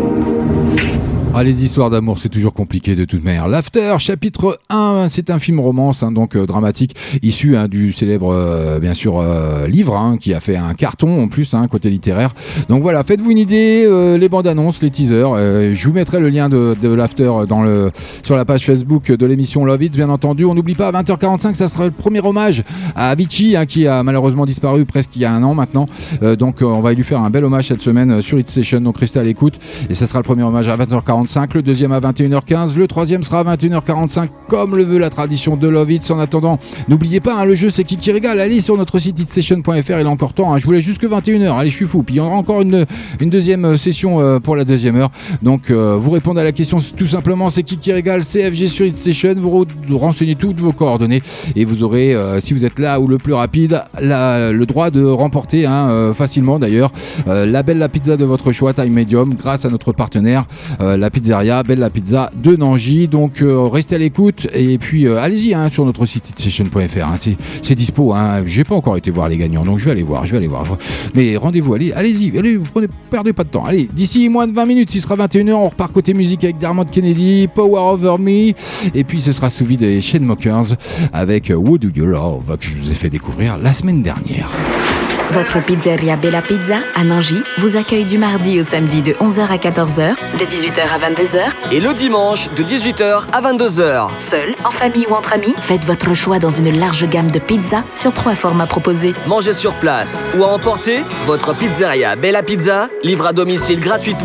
Les histoires d'amour, c'est toujours compliqué de toute manière. L'After, chapitre 1, c'est un film romance, donc dramatique, issu du célèbre, bien sûr, livre, qui a fait un carton en plus, côté littéraire. Donc voilà, faites-vous une idée, les bandes annonces, les teasers. Je vous mettrai le lien de l'After sur la page Facebook de l'émission Love It, bien entendu. On n'oublie pas, à 20h45, ça sera le premier hommage à Avicii, qui a malheureusement disparu presque il y a un an maintenant. Donc on va lui faire un bel hommage cette semaine sur Hit Station, donc restez à l'écoute. Et ça sera le premier hommage à 20h45. Le deuxième à 21h15, le troisième sera à 21h45 comme le veut la tradition de Love It. En attendant, n'oubliez pas, le jeu c'est qui régale. Allez sur notre site hitstation.fr, il est encore temps, je vous laisse jusque 21h, allez, je suis fou. Puis il y aura encore une deuxième session pour la deuxième heure. Donc vous répondez à la question tout simplement, c'est qui régale, CFG sur Hitstation. Vous renseignez toutes vos coordonnées et vous aurez, si vous êtes là ou le plus rapide, le droit de remporter facilement d'ailleurs la pizza de votre choix, taille médium, grâce à notre partenaire la pizzeria Bella Pizza de Nangy. Donc restez à l'écoute et puis allez-y sur notre site hitstation.fr, c'est dispo, j'ai pas encore été voir les gagnants, donc je vais aller voir, mais rendez-vous, allez-y, perdez pas de temps. Allez, d'ici moins de 20 minutes, il sera 21h, on repart côté musique avec Dermot Kennedy, Power Over Me, et puis ce sera sous vide des Chainsmokers avec What Do You Love, que je vous ai fait découvrir la semaine dernière. Votre pizzeria Bella Pizza à Nangy vous accueille du mardi au samedi de 11h à 14h, de 18h à 22h et le dimanche de 18h à 22h. Seul, en famille ou entre amis, faites votre choix dans une large gamme de pizzas sur 3 formats proposés. Mangez sur place ou à emporter, votre pizzeria Bella Pizza livre à domicile gratuitement.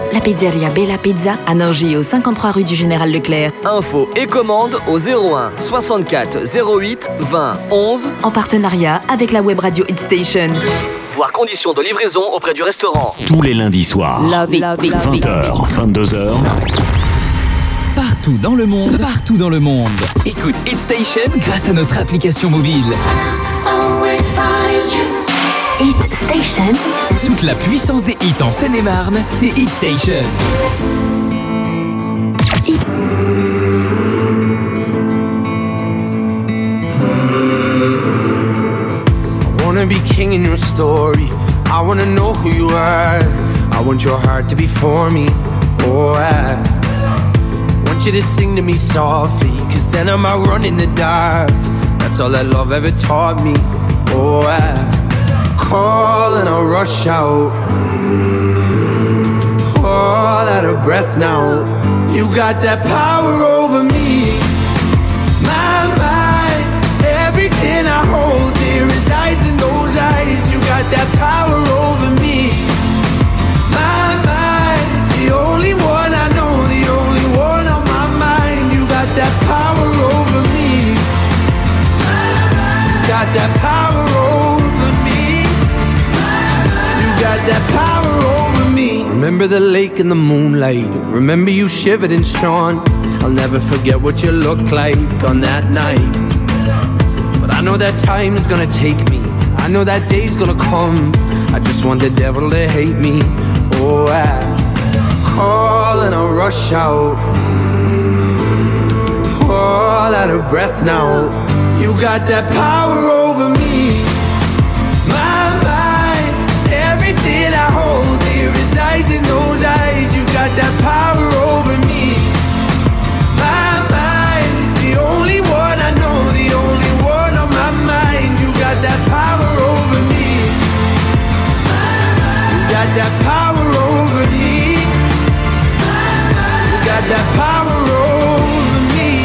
la pizzeria Bella Pizza à Nangy au 53 rue du Général Leclerc. Info et commande au 01 64 08 20 11 en partenariat avec la web radio Hit Station. Voir conditions de livraison auprès du restaurant. Tous les lundis soirs, 20h, 22h. Partout dans le monde, écoute Hit Station grâce à notre application mobile. Hit Station. Toute la puissance des hits en Seine-et-Marne, c'est Hit Station. I wanna be king in your story. I wanna know who you are. I want your heart to be for me. Oh, I want you to sing to me softly, 'cause then I might run in the dark. That's all that love ever taught me. Oh, I call and I'll rush out. All out of breath now. You got that power over me. My mind, everything I hold dear resides in those eyes. You got that power over me. My mind, the only one I know, the only one on my mind. You got that power over me. You got that power over me. You got that power over me. Remember the lake in the moonlight. Remember you shivered and shone. I'll never forget what you looked like on that night. But I know that time is gonna take me. I know that day's gonna come. I just want the devil to hate me. Oh, I call and I'll rush out. All out of breath now. You got that power over me. My mind, everything I hold dear resides in those eyes. You got that power over me. My mind, the only one I know, the only one on my mind. You got that power over me. You got that power over me. You got that power over me.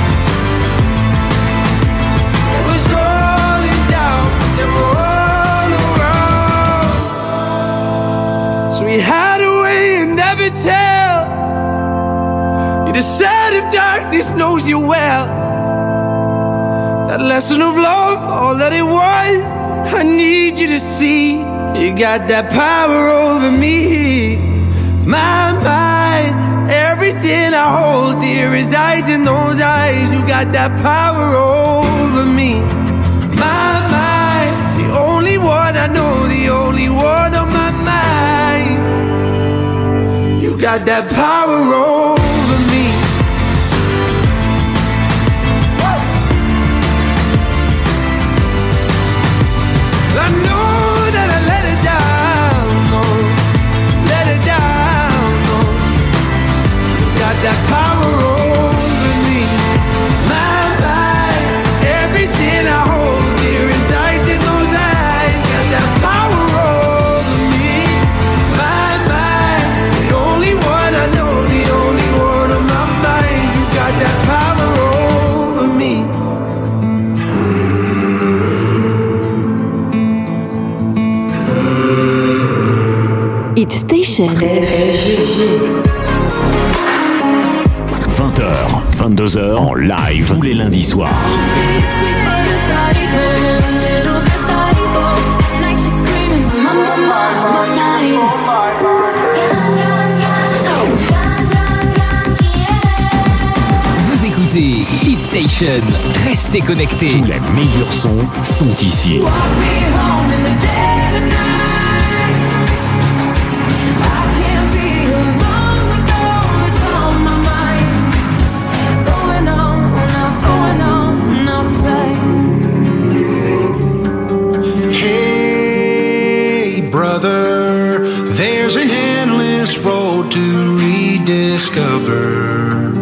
It was rolling down and all around. So we hide away and never tell. You decide if darkness knows you well. That lesson of love, all that it was, I need you to see. You got that power over me. My mind, everything I hold dear resides in those eyes. You got that power over me. My mind, the only one I know, the only one on my mind. You got that power over me. I know that I let it down, no, let it down, no. You got that power over me. My mind, everything I hold dear resides in those eyes. Got that power over me. My mind, the only one I know, the only one on my mind. You got that power over me. Hit Station. 20h, 22h en live tous les lundis soirs. Vous écoutez Hit Station. Restez connectés. Tous les meilleurs sons sont ici. Hey, brother, there's an endless road to rediscover.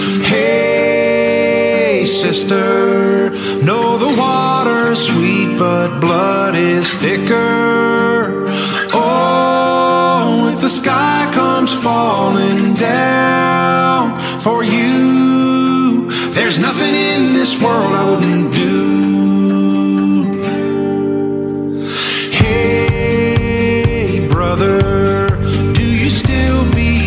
Hey, sister, know the water's sweet, but blood is thicker. Oh, if the sky comes falling down for you, there's nothing in this world I wouldn't do. Hey, brother, do you still believe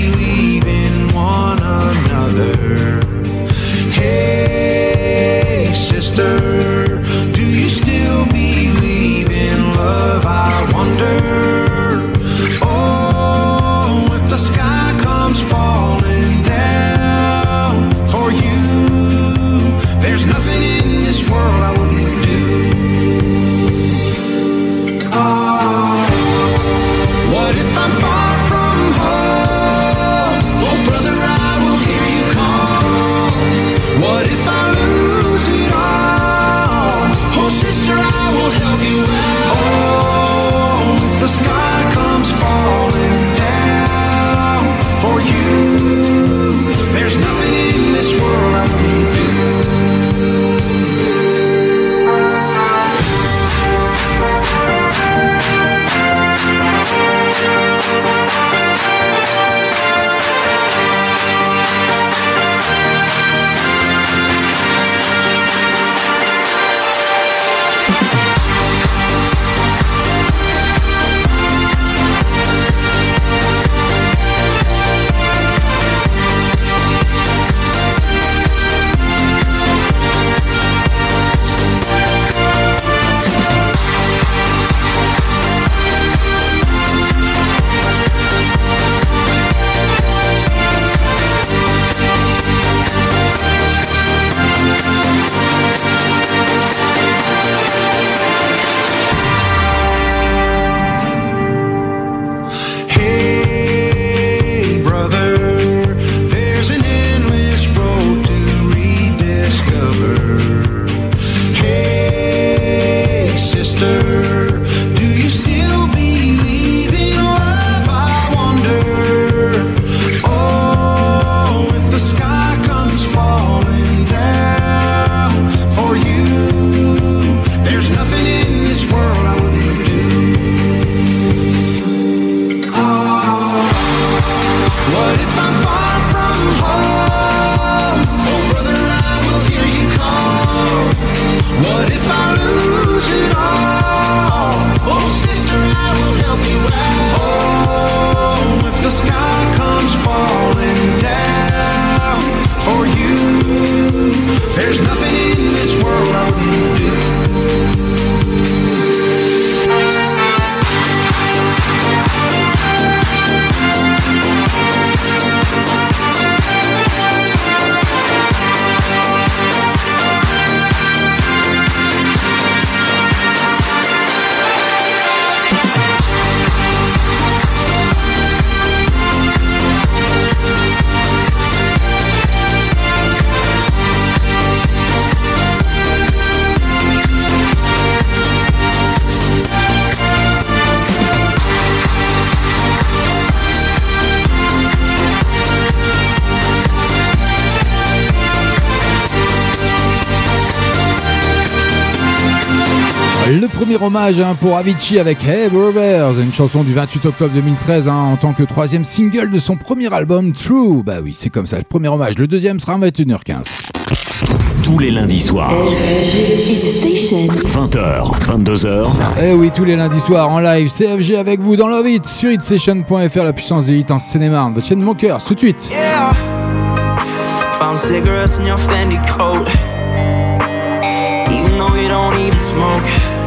Le premier hommage pour Avicii avec Hey Brothers, une chanson du 28 octobre 2013 en tant que troisième single de son premier album True. Bah oui, c'est comme ça, le premier hommage. Le deuxième sera à 21h15. Tous les lundis soirs. Hit Station. 20h, 22h. Eh oui, tous les lundis soirs en live, CFG avec vous dans Love It sur hitstation.fr, la puissance des hits en Seine-et-Marne. Votre chaîne de mon cœur, tout de suite. Yeah. Found cigarettes in your Fendi coat, even though you don't even smoke.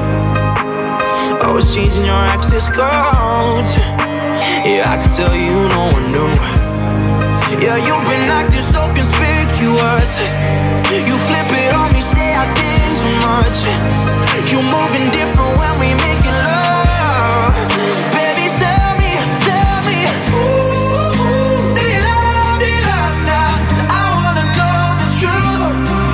I was changing your access codes. Yeah, I can tell you no one knew. Yeah, you've been acting so conspicuous. You flip it on me, say I did too much. You're moving different when we making love. Baby, tell me, ooh, do you love now? I wanna know the truth.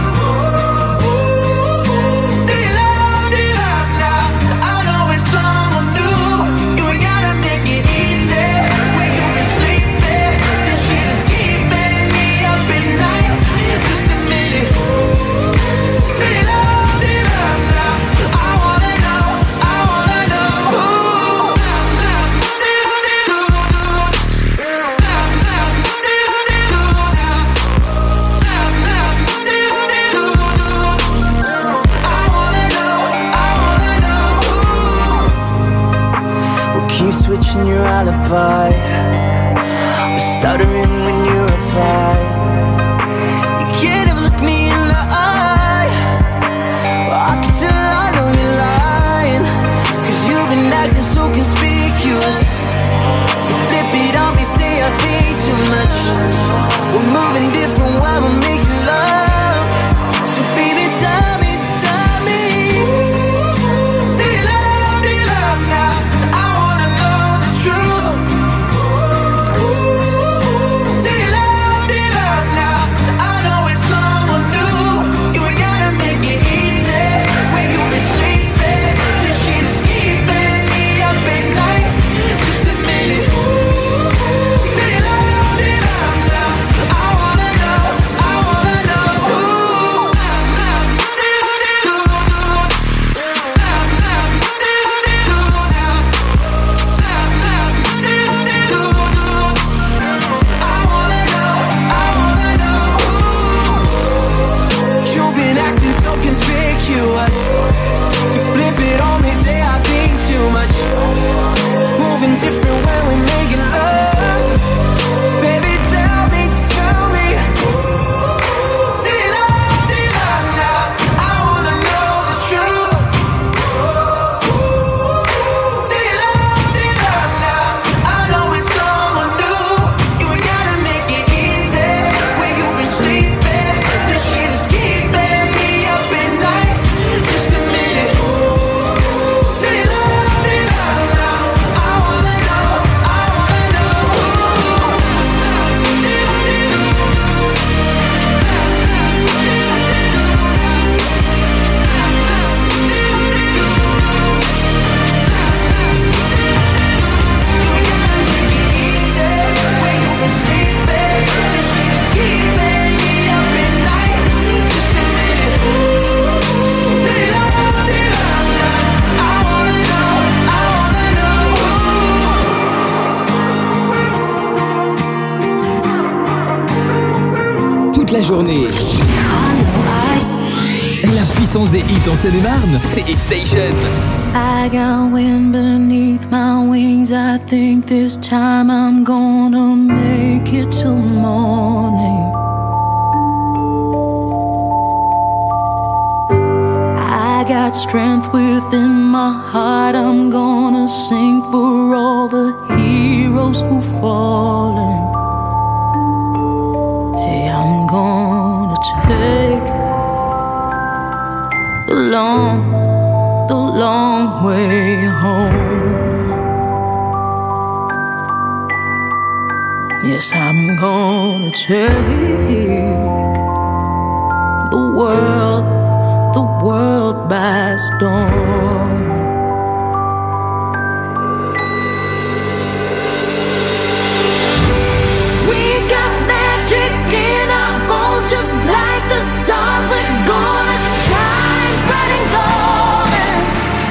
Ooh, do you love now? I know it's someone new. You ain't gotta make it easy. When you been sleeping, this shit is keeping me up at night. Just a minute. Do you love now? I wanna know. We'll keep switching your alibi. We're stuttering when you reply. You can't even look me in the eye. Well, I can tell I know you're lying, 'cause you've been acting so conspicuous. You flip it on me, say I think too much. We're moving different while we're making love. So baby, tell me, do you love now? I wanna know the truth. Do you love now? I know it's someone new. You ain't gotta make it easy. When you've been sleeping, this shit is keeping me up at night. Just a minute. Do you love now? I wanna know. You've been acting so conspicuous. You flip it on me, say I think too much. Moving different when we're making love. Baby, tell me. Do you love now? I wanna know the truth. Do you love now? I know it's someone new. You ain't gotta make it easy. When you've been sleeping, this shit is keeping me up at night. Just a minute. Do you love now? I wanna know. When you've been sleeping, this shit is keeping me up at night. Just a minute. Do you love now? I wanna know. Toute la journée. La puissance des hits en Seine-et-Marne, c'est Hit Station. I got wind beneath my wings. I think this time I'm gonna make it till morning. I got strength within my heart. I'm gonna sing for all the heroes who've fallen. Hey, I'm gonna take the long way home. Yes, I'm gonna take the world by storm. We got magic in our bones, just like the stars. We're gonna shine bright and golden.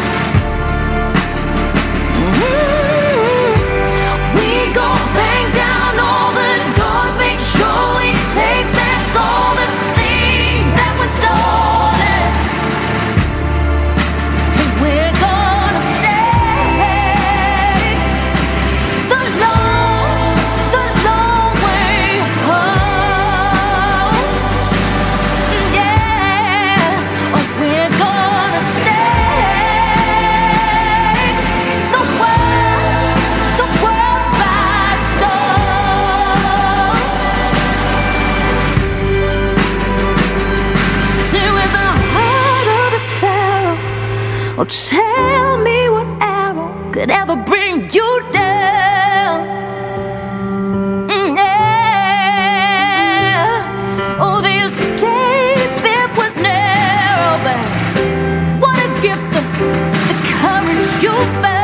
Oh, tell me what arrow could ever bring you down. Yeah. Oh, the escape, it was narrow, but what a gift, the courage you found.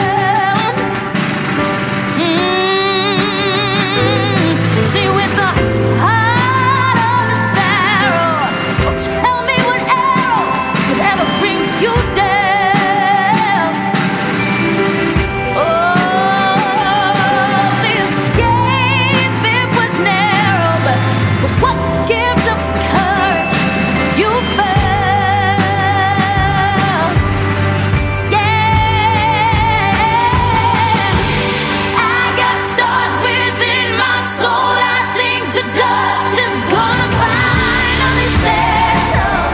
See, with the heart of a sparrow, oh, tell me what arrow could ever bring you down. Oh, the escape, it was narrow, but what gift of courage you found. Yeah, I got stars within my soul. I think the dust is gonna finally settle.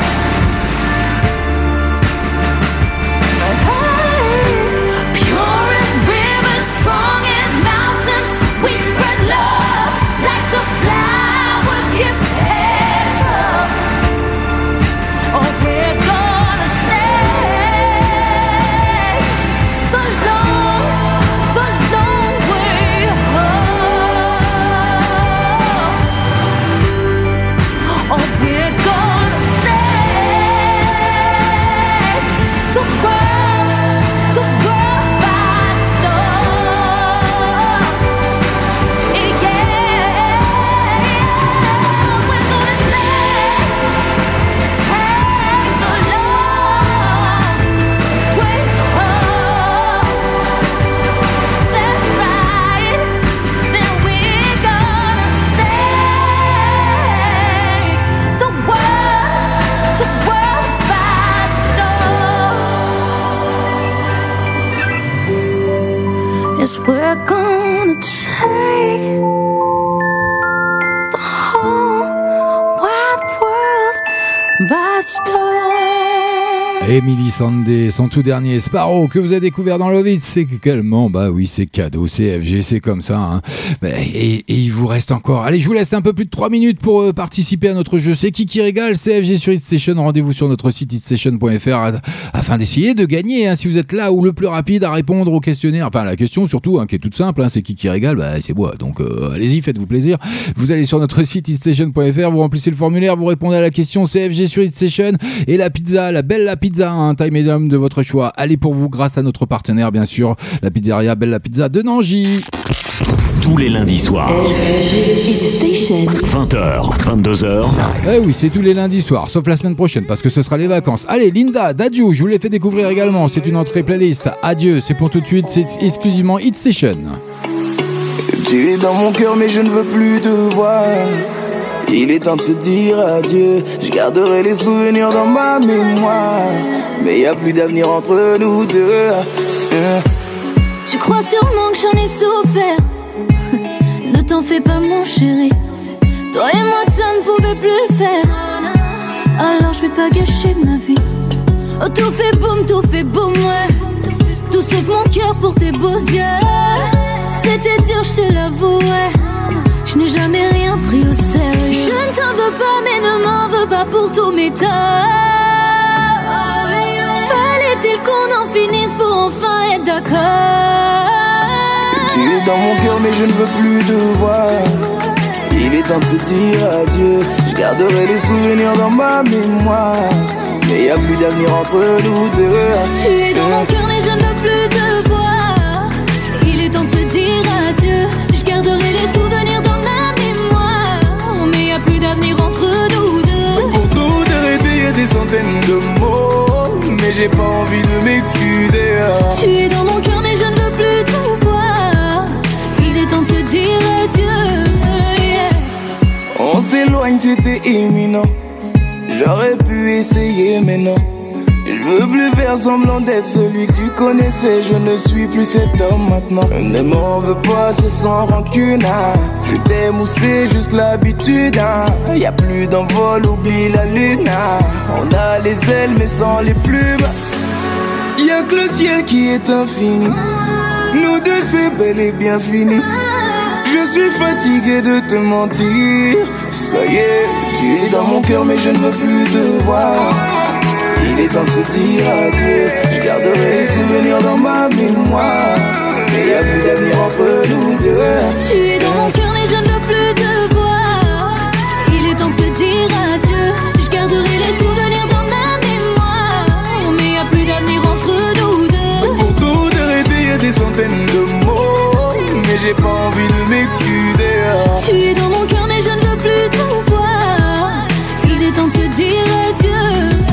Pure as rivers, strong as mountains, we spread love like the flowers give petals. Oh, we're gonna take the long way home. Oh, we're gonna take the world by storm. Yeah, we're gonna take the long way home. That's right. Then we're gonna take the world by storm. Yes, we're gonna take the whole wide world by storm. Emily Sandé, son tout dernier Sparrow que vous avez découvert dans Love It, c'est également, bah oui, c'est cadeau, c'est FG, c'est comme ça. Hein. Et il vous reste encore. Allez, je vous laisse un peu plus de 3 minutes pour participer à notre jeu. C'est qui régale, c'est FG sur Hit Station. Rendez-vous sur notre site hitstation.fr afin d'essayer de gagner. Hein, si vous êtes là ou le plus rapide à répondre au questionnaire, enfin la question surtout, hein, qui est toute simple, hein, c'est qui régale, bah c'est moi. Donc allez-y, faites-vous plaisir. Vous allez sur notre site hitstation.fr, vous remplissez le formulaire, vous répondez à la question, c'est FG sur Hit Station. Et la pizza, la belle la pizza, un taille médium de votre choix. Allez pour vous grâce à notre partenaire, bien sûr, la pizzeria Belle la Pizza de Nangy. Tous les lundis soirs. 20h, 22h. Eh oui, c'est tous les lundis soirs, sauf la semaine prochaine, parce que ce sera les vacances. Allez, Linda, d'Adieu, je vous l'ai fait découvrir également. C'est une entrée playlist. Adieu, c'est pour tout de suite, c'est exclusivement Hit Station. Tu es dans mon cœur, mais je ne veux plus te voir. Il est temps de se dire adieu. Je garderai les souvenirs dans ma mémoire, mais y a plus d'avenir entre nous deux. Tu crois sûrement que j'en ai souffert. Ne t'en fais pas mon chéri. Toi et moi ça ne pouvait plus le faire. Alors je vais pas gâcher ma vie. Oh tout fait boum ouais. Tout sauf mon cœur pour tes beaux yeux. C'était dur je te l'avoue ouais. Je n'ai jamais rien pris au sérieux. Je ne t'en veux pas mais ne m'en veux pas pour tous mes torts. Fallait-il qu'on en finisse pour enfin être d'accord. Tu es dans mon cœur mais je ne veux plus te voir. Il est temps de se dire adieu. Je garderai les souvenirs dans ma mémoire, mais y a plus d'avenir entre nous deux. Tu es dans mon cœur mais je ne veux plus te voir. Il est temps de se dire adieu. Je garderai les souvenirs dans ma mémoire, mais y a plus d'avenir entre nous deux. Pour tout arrêter y a des centaines de mots, mais j'ai pas envie de m'excuser. Tu es dans mon cœur mais je ne veux plus te voir. Il est temps de se dire adieu. On s'éloigne, c'était imminent. J'aurais pu essayer mais non. Je veux plus faire semblant d'être celui que tu connaissais. Je ne suis plus cet homme maintenant. Ne m'en veux pas, c'est sans rancune hein. Je t'aime ou c'est juste l'habitude hein. Y'a plus d'envol, oublie la lune hein. On a les ailes mais sans les plumes. Y'a que le ciel qui est infini. Nous deux c'est bel et bien fini. Je suis fatigué de te mentir. Ça y est, tu es dans mon cœur mais je ne veux plus te voir. Il Il est temps de se dire adieu. Je garderai les souvenirs dans ma mémoire, mais y'a plus d'avenir entre nous deux. Tu es dans mon cœur mais je ne veux plus te voir. Il est temps de se dire adieu. Je garderai les souvenirs dans ma mémoire, mais y'a plus d'avenir entre nous deux. Pour tout arrêter y'a des centaines de mots, mais j'ai pas envie de m'excuser. Tu es dans mon cœur mais je ne veux plus te voir. Il est temps de se dire adieu.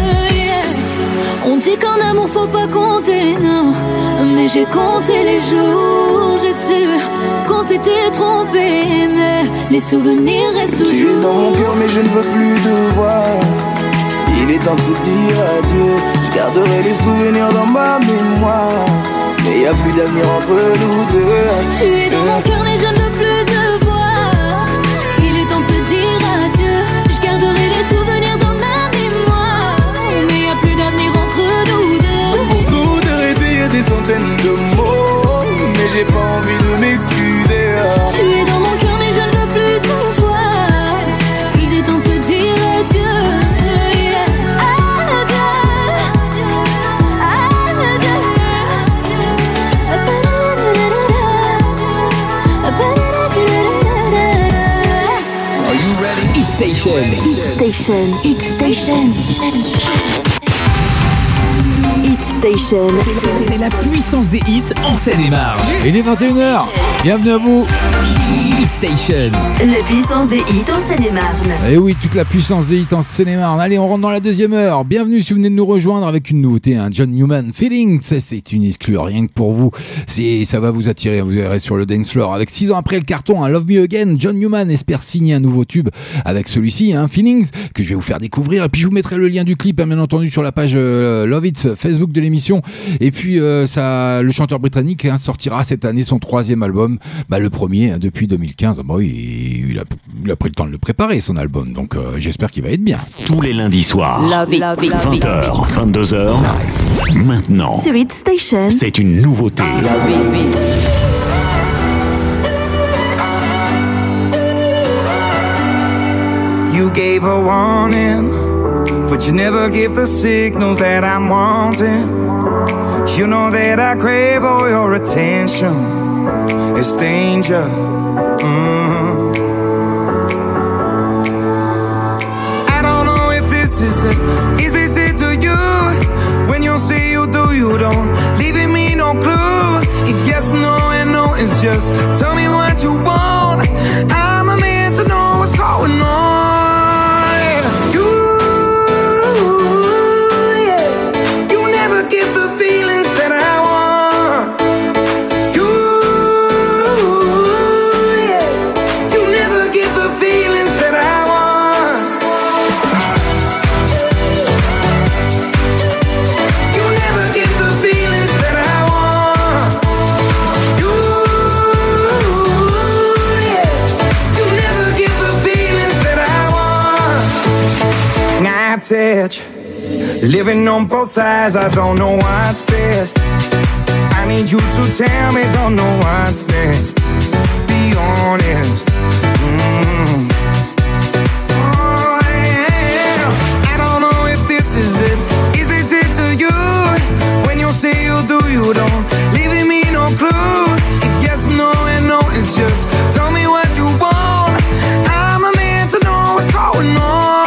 On dit qu'en amour faut pas compter, non. Mais j'ai compté les jours, j'ai su qu'on s'était trompé, mais les souvenirs restent toujours. Tu es dans mon cœur mais je ne veux plus te voir. Il est temps de se dire adieu. Je garderai les souvenirs dans ma mémoire, mais y'a plus d'avenir entre nous deux. Tu es dans mon cœur mais je ne veux plus te voir. Il est temps de se dire adieu. Je garderai les souvenirs dans ma mémoire, mais y'a plus d'avenir entre nous deux. Pour tout arrêter y'a des centaines de mots, mais j'ai pas envie de m'excuser. Tu es dans mon cœur mais je ne veux plus te voir. Il est temps de se dire adieu. Hit Station. Hit Station. Hit Station. C'est la puissance des hits en Seine-et-Marne. Il est 21h. Bienvenue à vous. Hit Station. La puissance des hits en Seine-et-Marne. Et oui, toute la puissance des hits en Seine-et-Marne. Allez, on rentre dans la deuxième heure. Bienvenue si vous venez de nous rejoindre avec une nouveauté, un John Newman Feelings. C'est une exclue, rien que pour vous. Ça va vous attirer, vous verrez sur le dance floor. Avec 6 ans après le carton, Love Me Again, John Newman espère signer un nouveau tube avec celui-ci, Feelings, que je vais vous faire découvrir. Et puis je vous mettrai le lien du clip, bien entendu, sur la page Love It Facebook de l'émission. Et puis le chanteur britannique sortira cette année son 3e album, le premier depuis 2015. Oui, il a pris le temps de le préparer, son album, donc j'espère qu'il va être bien. Tous les lundis soirs, 20h, 22h, maintenant, sur Hit Station, c'est une nouveauté. You gave a warning, but you never give the signals that I'm wanting. You know that I crave all your attention. It's danger. I don't know if this is it. Is this it to you? When you say you do, you don't, leaving me no clue. If yes, no, and no, it's just tell me what you want. I'm a man to know what's going on. Give the feelings that I want. You never give the feelings that I want. You never give the feelings that I want. You never give the feelings that I want. Night's edge, living on both sides, I don't know what's best. I need you to tell me, don't know what's next. Be honest. Oh, yeah. I don't know if this is it. Is this it to you? When you say you do, you don't, leaving me no clue. If yes, no, and no, it's just tell me what you want. I'm a man to know what's going on.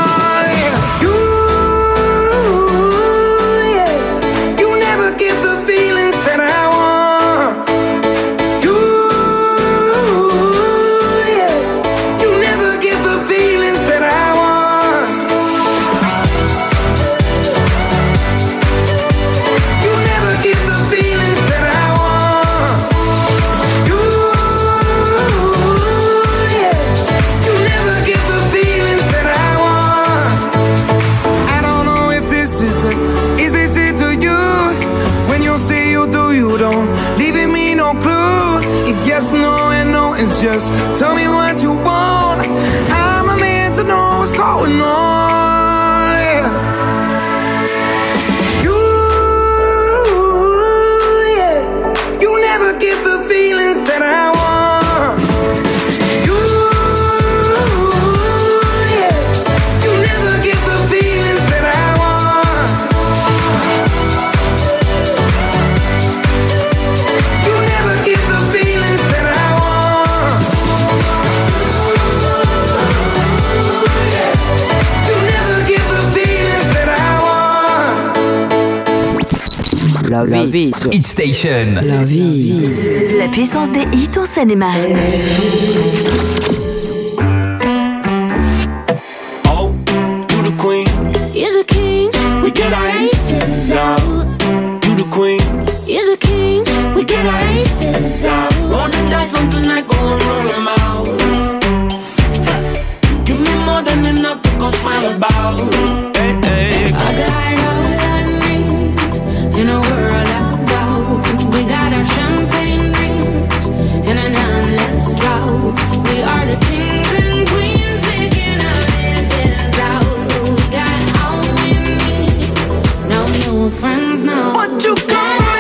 No and no, it's just tell me what you want. I'm a man to know what's going on. You never give the feelings that I want. You never give the feelings that I want. Love It. Hit Station. Love It. La puissance des hits en Seine-et-Marne. Oh, you the queen. You're the king, we get our aces out. You the queen. You're the king, we get our aces out. Roll the dice on tonight, go and roll them out. Give me more than enough to go smile about. Hey, hey. I got all I need in a world of doubt. We got our champagne drinks and an endless drought. We are the kings and queens, taking our aces out. We got all we need, no new friends now. What you got?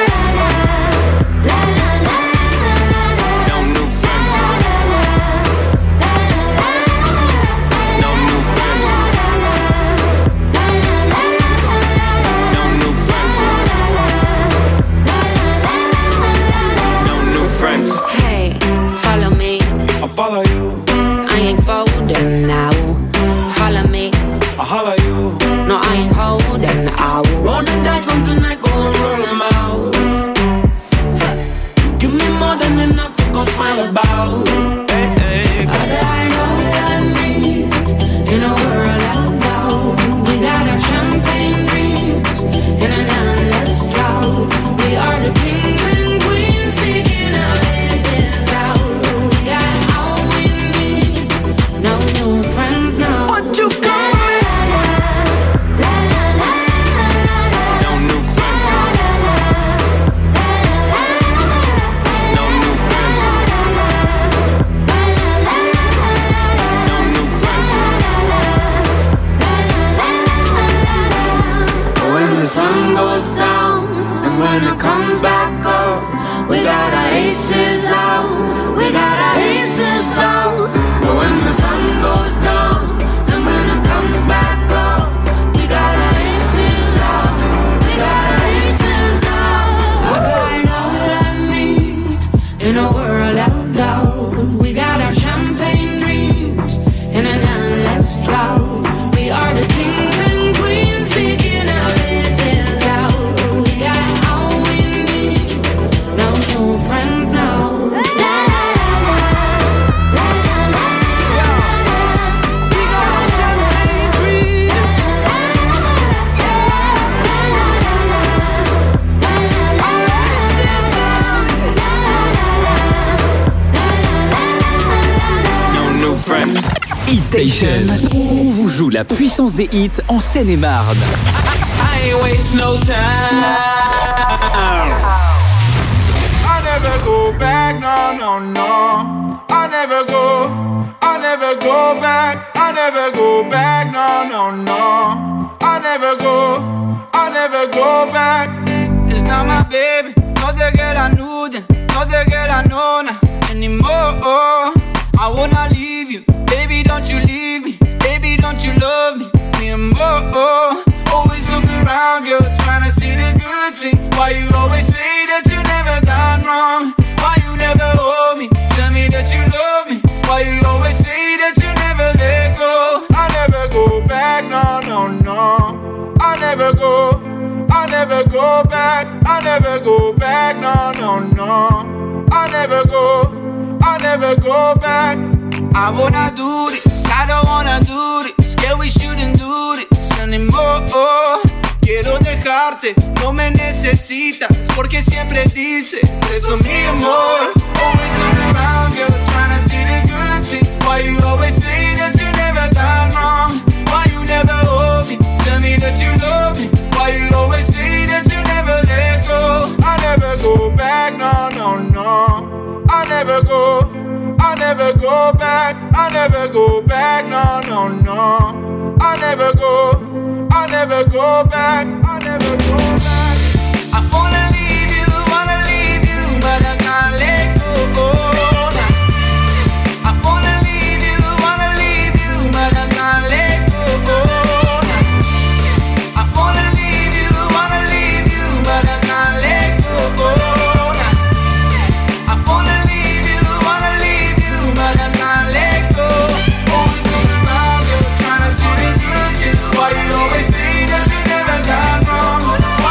Follow you. I ain't folding now. Holla me. I holla you. No, I ain't holding out. Roll the dice on tonight, go and roll them out. Give me more than enough to go smile about. Hey, hey. I got all I need in a world of doubt. We got our champagne drinks and an endless drought. We are the kings and queens, taking our aces out. We got no new friends now. What you got? No new friends. No new friends. No new friends. When the sun goes down and when it comes back up, we got our aces out. We got our aces out. But when the sun goes down and when it comes back up, we got our aces out. We got our aces out. I got all I need in a world of doubt. We got our champagne drinks and an endless drought. We are the kings and queens, taking our aces out. We got all we need, no new friends now. Hit Station. On vous joue la puissance des hits en Seine-et-Marne. I ain't waste no time. I never go back, no, no, no. I never go back. I never go back, no, no, no. I never go back. It's not my baby, no te que la nude, no te que la nona anymore. I wanna leave you, baby, don't you leave me, baby, don't you love me anymore. Always look around, girl, trying to see the good thing. Why you always say that you never done wrong? Why you never hold me, tell me that you love me? Why you always say that you never let go? I never go back, no, no, no. I never go back. I never go back, no, no, no. I never go back. I wanna do this, I don't wanna do this. Yeah, we shouldn't do this anymore. Quiero dejarte, no me necesitas, porque siempre dices eso, mi amor. Always on around, girl, trying to see the good thing. Why you always say that you never done wrong? Why you never hold me, tell me that you love me? Why you always say that you never let go? I never go back, no, no, no. I never go back. I never go back, no, no, no. I never go back. I never go back. I wanna leave you, but I can't let go. I wanna leave you, but I can't let go. I wanna leave you, but I can't let go. I wanna leave you, but I can't let go. Always look around, you're trying to see the good thing. Why you always say that you never done wrong? Why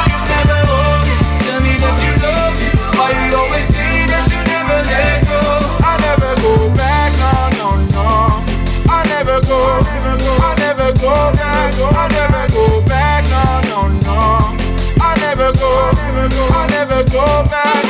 I never go back.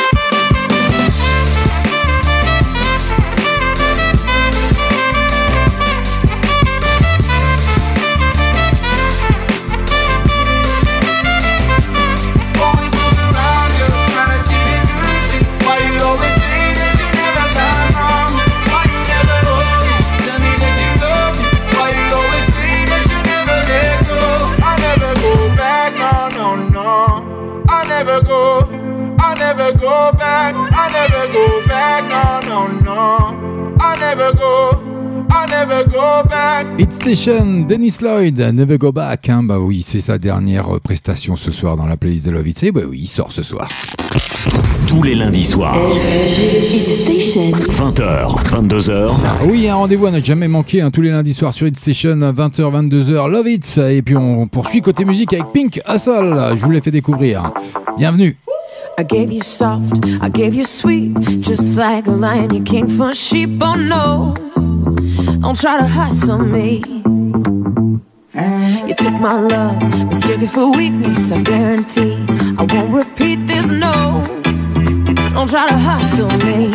I never go back, I never go back, no, no, no. I never go back. Hit Station, Dennis Lloyd, Never Go Back. Hein, bah oui, c'est sa dernière prestation ce soir dans la playlist de Love It. Et bah oui, il sort ce soir. Tous les lundis soirs. Hit Station. 20h, 22h. Oui, un rendez-vous à ne jamais manquer. Hein, tous les lundis soirs sur Hit Station, 20h, 22h. Love It. Et puis on poursuit côté musique avec Pink Hassel. Je vous l'ai fait découvrir. Bienvenue. I gave you soft, I gave you sweet, just like a lion, you king for sheep. Oh no, don't try to hustle me. You took my love, mistook it for weakness. I guarantee I won't repeat this. No, don't try to hustle me.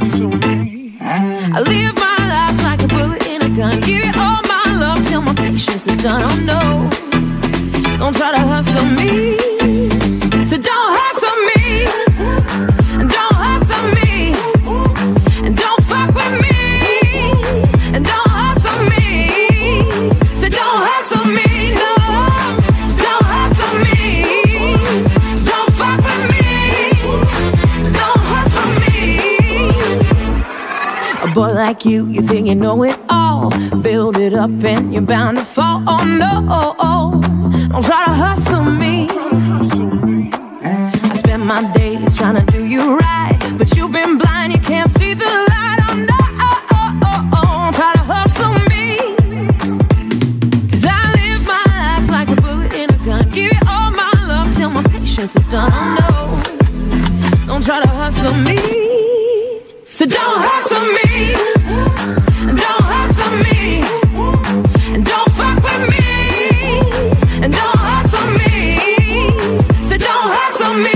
I live my life like a bullet in a gun. Give you all my love till my patience is done. Oh no, don't try to hustle me. So don't hustle me, don't hustle me, and don't fuck with me, and don't hustle me. So don't hustle me, no, don't hustle me, don't fuck with me, don't hustle me. A boy like you think you know it all. Build it up and you're bound to fall. Oh no, don't try to hustle me. My days trying to do you right, but you've been blind, you can't see the light. Oh no, try to hustle me, 'cause I live my life like a bullet in a gun. Give you all my love till my patience is done. Oh no, don't try to hustle me. So don't hustle me, don't hustle me, and don't fuck with me, and don't hustle me. So don't hustle me.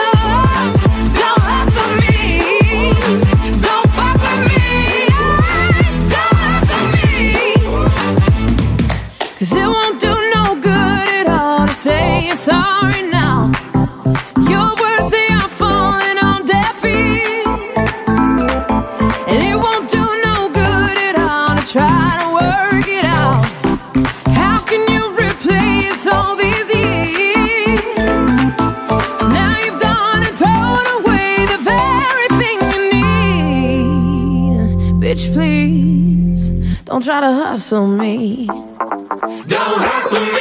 Sorry now, your words they are falling on deaf ears, and it won't do no good at all to try to work it out. How can you replace all these years? So now you've gone and thrown away the very thing you need. Bitch, please, don't try to hustle me. Don't hustle me.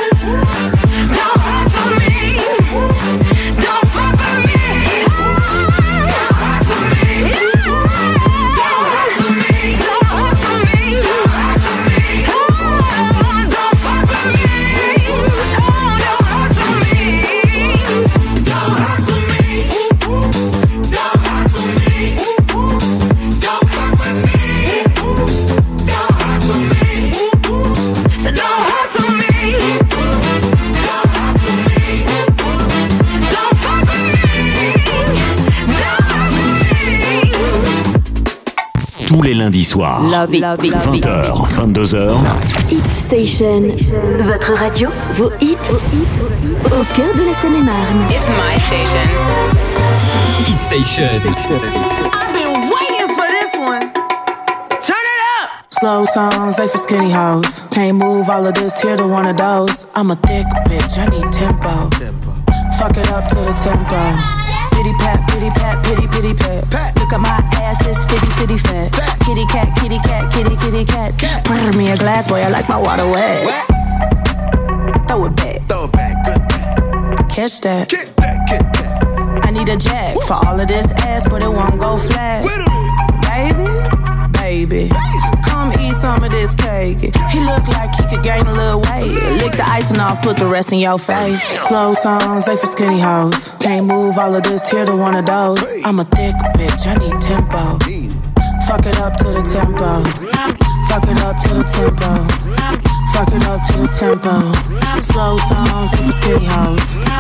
Tous les lundis soirs, 20h, 22h. Hit Station, votre radio, vos hits, au cœur de la Seine-et-Marne. It's my station. Hit Station. I've been waiting for this one. Turn it up. Slow songs, they for skinny hoes. Can't move all of this, here to one of those. I'm a thick bitch, I need tempo. Fuck it up to the tempo. Pity pat, pity pat, pity pity pat. Look at my ass, it's fitty fat. Kitty cat, kitty cat, kitty kitty cat. Pour me a glass, boy, I like my water wet. Throw it back, good back. Catch that, get that, get that. I need a jack for all of this ass, but it won't go flat. Baby, come eat some of this cake. He look like he could gain a little weight. Lick the icing off, put the rest in your face. Slow songs, they for skinny hoes. Can't move all of this, here to one of those. I'm a thick bitch, I need tempo. Fuck it up to the tempo. Fuck it up to the tempo. Fuck it up to the tempo. Slow songs, they for skinny hoes.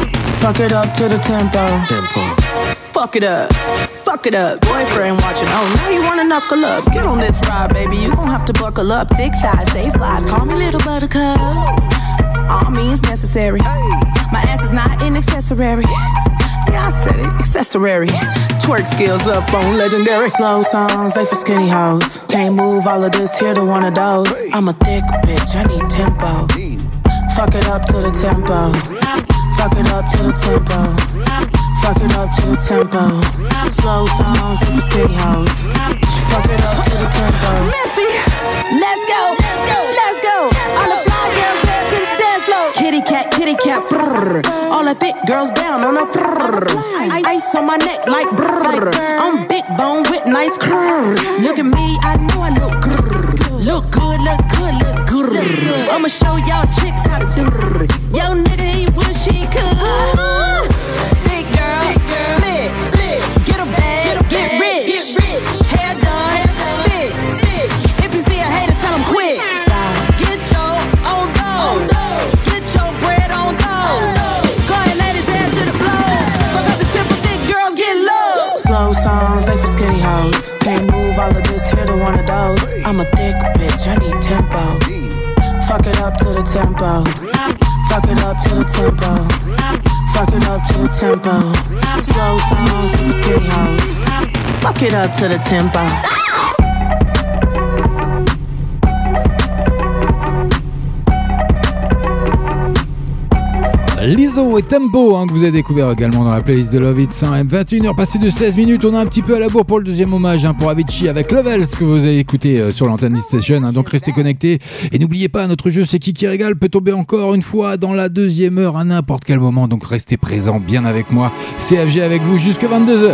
Fuck it up to the tempo. Fuck it up. Fuck it up. Boyfriend watching. Oh, now you wanna knuckle up. Get on this ride, baby. You gon' have to buckle up. Thick thighs, save lives. Call me little buttercup. All means necessary. My ass is not an accessory. Yeah, I said it. Accessory. Twerk skills up on legendary. Slow songs, they for skinny hoes. Can't move all of this here to one of those. I'm a thick bitch, I need tempo. Fuck it up to the tempo. Fuck it up to the tempo. Fuck it up to the tempo. Slow songs, they for skinny hoes. Fuck it up to the tempo. Messy. Let's go, let's go, let's go. All the fly girls head to the dance floor. Kitty cat, brrr. All the thick girls down on the brrr. Ice on my neck like brrr. I'm big bone with nice curves. Look at me, I know I look grrr. Look good, look good, look good. I'ma show y'all chicks how to do. Yo nigga, he wish he could. Big girl, split, get a bag, get rich, hair done, fix. If you see a hater, tell him quit. Stop. Get your own dough, get your bread on dough. Go ahead, ladies, head to the floor. Fuck up the temple, thick girls get low. Slow songs, they for skinny hoes. Can't move all of this here to one of those. I'm a thick bitch, I need tempo. Fuck it up to the tempo. Fuck it up to the tempo. Fuck it up to the tempo. Slow songs for skinny hoes. Fuck it up to the tempo. Lizzo et Tempo, que vous avez découvert également dans la playlist de Love Hits. 21h passées de 16 minutes, on a un petit peu à la bourre pour le deuxième hommage pour Avicii avec Levels que vous avez écouté sur l'antenne d'E-Station. Donc restez connectés et n'oubliez pas, notre jeu C'est qui régale peut tomber encore une fois dans la deuxième heure à n'importe quel moment. Donc restez présents bien avec moi. CFG avec vous jusqu'à 22h.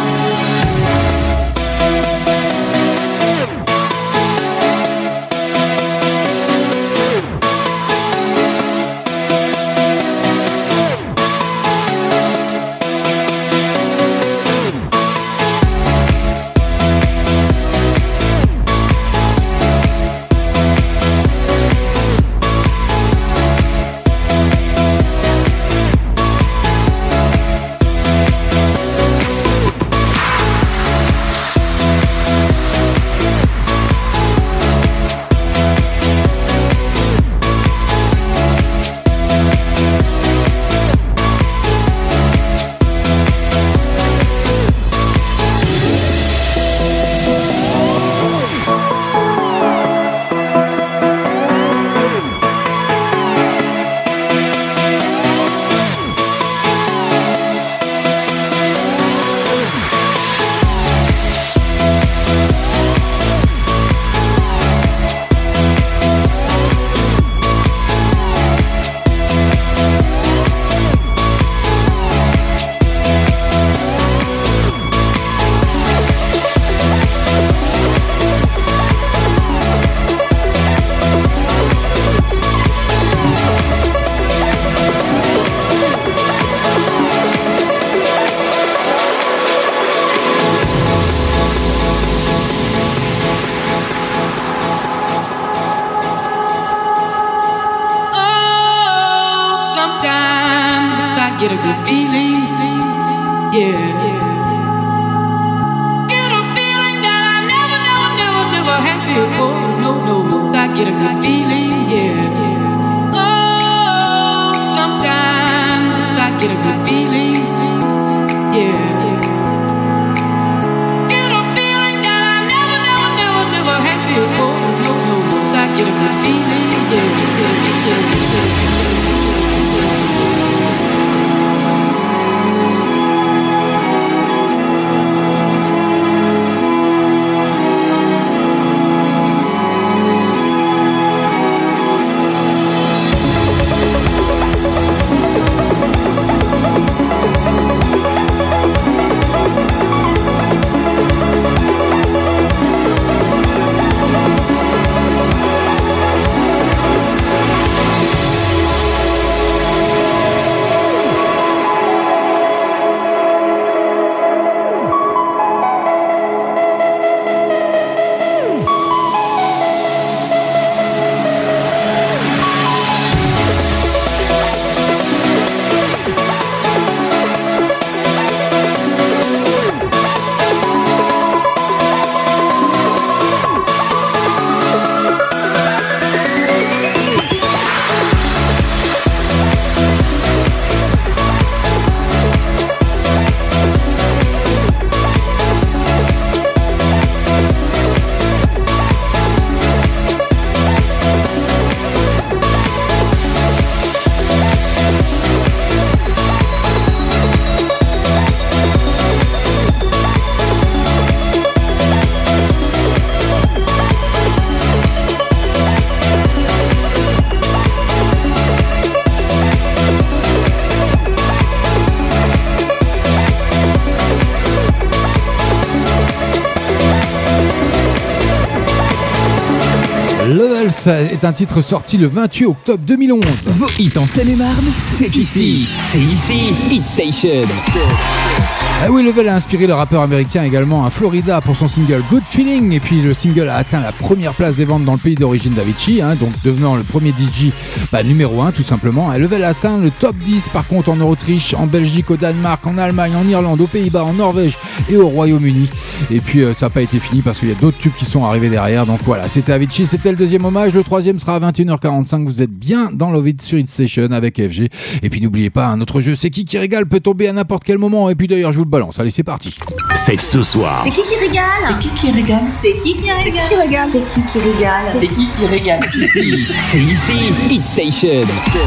get a good feeling, yeah. Get a feeling that I never had before. No, I get a good feeling, yeah. Oh, sometimes I get a good feeling, yeah. Get a feeling that I never had before. No, I get a good feeling, yeah. est un titre sorti le 28 octobre 2011. Vos hits en Seine-et-Marne, c'est ici. C'est ici. Hit Station. Ah oui, Level a inspiré le rappeur américain également à Florida pour son single Good Feeling, et puis le single a atteint la première place des ventes dans le pays d'origine d'Avicii, donc devenant le premier DJ numéro 1 tout simplement. Et Level a atteint le top 10 par contre en Autriche, en Belgique, au Danemark, en Allemagne, en Irlande, aux Pays-Bas, en Norvège et au Royaume-Uni. Et puis ça n'a pas été fini parce qu'il y a d'autres tubes qui sont arrivés derrière. Donc voilà, c'était Avicii, c'était le deuxième hommage. Le troisième sera à 21h45. Vous êtes bien dans Love It sur Hit Station avec FG. Et puis n'oubliez pas, un autre jeu, C'est qui régale, peut tomber à n'importe quel moment. Et puis d'ailleurs, je vous le balance. Allez, c'est parti. C'est ce soir. C'est qui régale? C'est qui régale? C'est qui régale? C'est qui régale? C'est qui régale? C'est ici. Hit Station.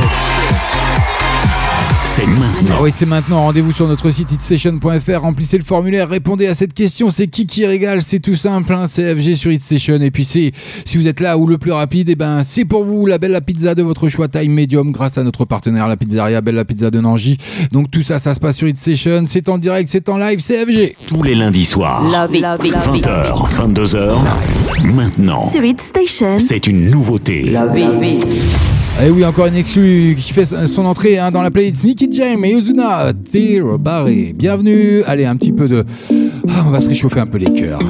C'est maintenant. Ah oui, c'est maintenant. Rendez-vous sur notre site hitstation.fr. Remplissez le formulaire, répondez à cette question. C'est qui régale? C'est tout simple, c'est FG sur Hitstation. Et puis si vous êtes là ou le plus rapide, c'est pour vous la Bella Pizza de votre choix, taille médium, grâce à notre partenaire, la pizzeria Bella Pizza de Nangy. Donc tout ça se passe sur Hitstation. C'est en direct, c'est en live, c'est FG. Tous les lundis soirs, 20h, 22h. Maintenant, sur Hitstation, c'est une nouveauté. Et oui, encore une exclue qui fait son entrée dans la playlist Nicky Jam et Ozuna, Tiro Barry. Bienvenue. Allez, un petit peu de... on va se réchauffer un peu les cœurs.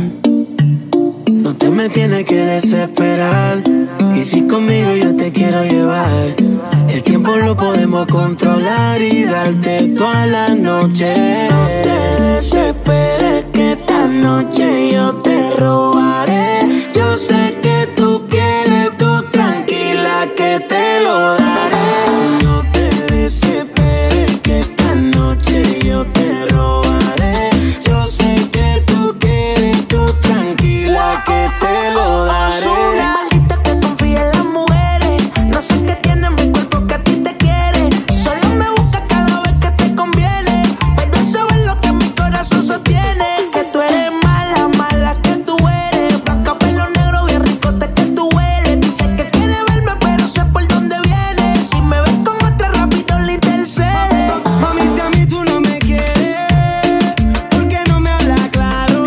No te me tienes que desesperar. Y si conmigo yo te quiero llevar, el tiempo lo podemos controlar y darte toda la noche. No te desesperes que esta noche yo te robaré. Yo sé que tú quieres, tú tranquila que te lo daré. No te desesperes que esta noche yo te robaré. Yo sé que tú quieres, tú tranquila que te lo daré. Maldita que confía en las mujeres. No sé qué tiene en mi cuerpo que a ti te quiere. Solo me busca cada vez que te conviene. Baby, sabes lo que mi corazón sostiene. Que tú eres mala, mala que tú eres. Blanca, pelo negro, bien ricote que tú hueles. Dice que quiere verme pero sé por dónde viene. Si me ves con otra rápido le intercede. Mami, si a mí tú no me quieres, ¿por qué no me hablas claro?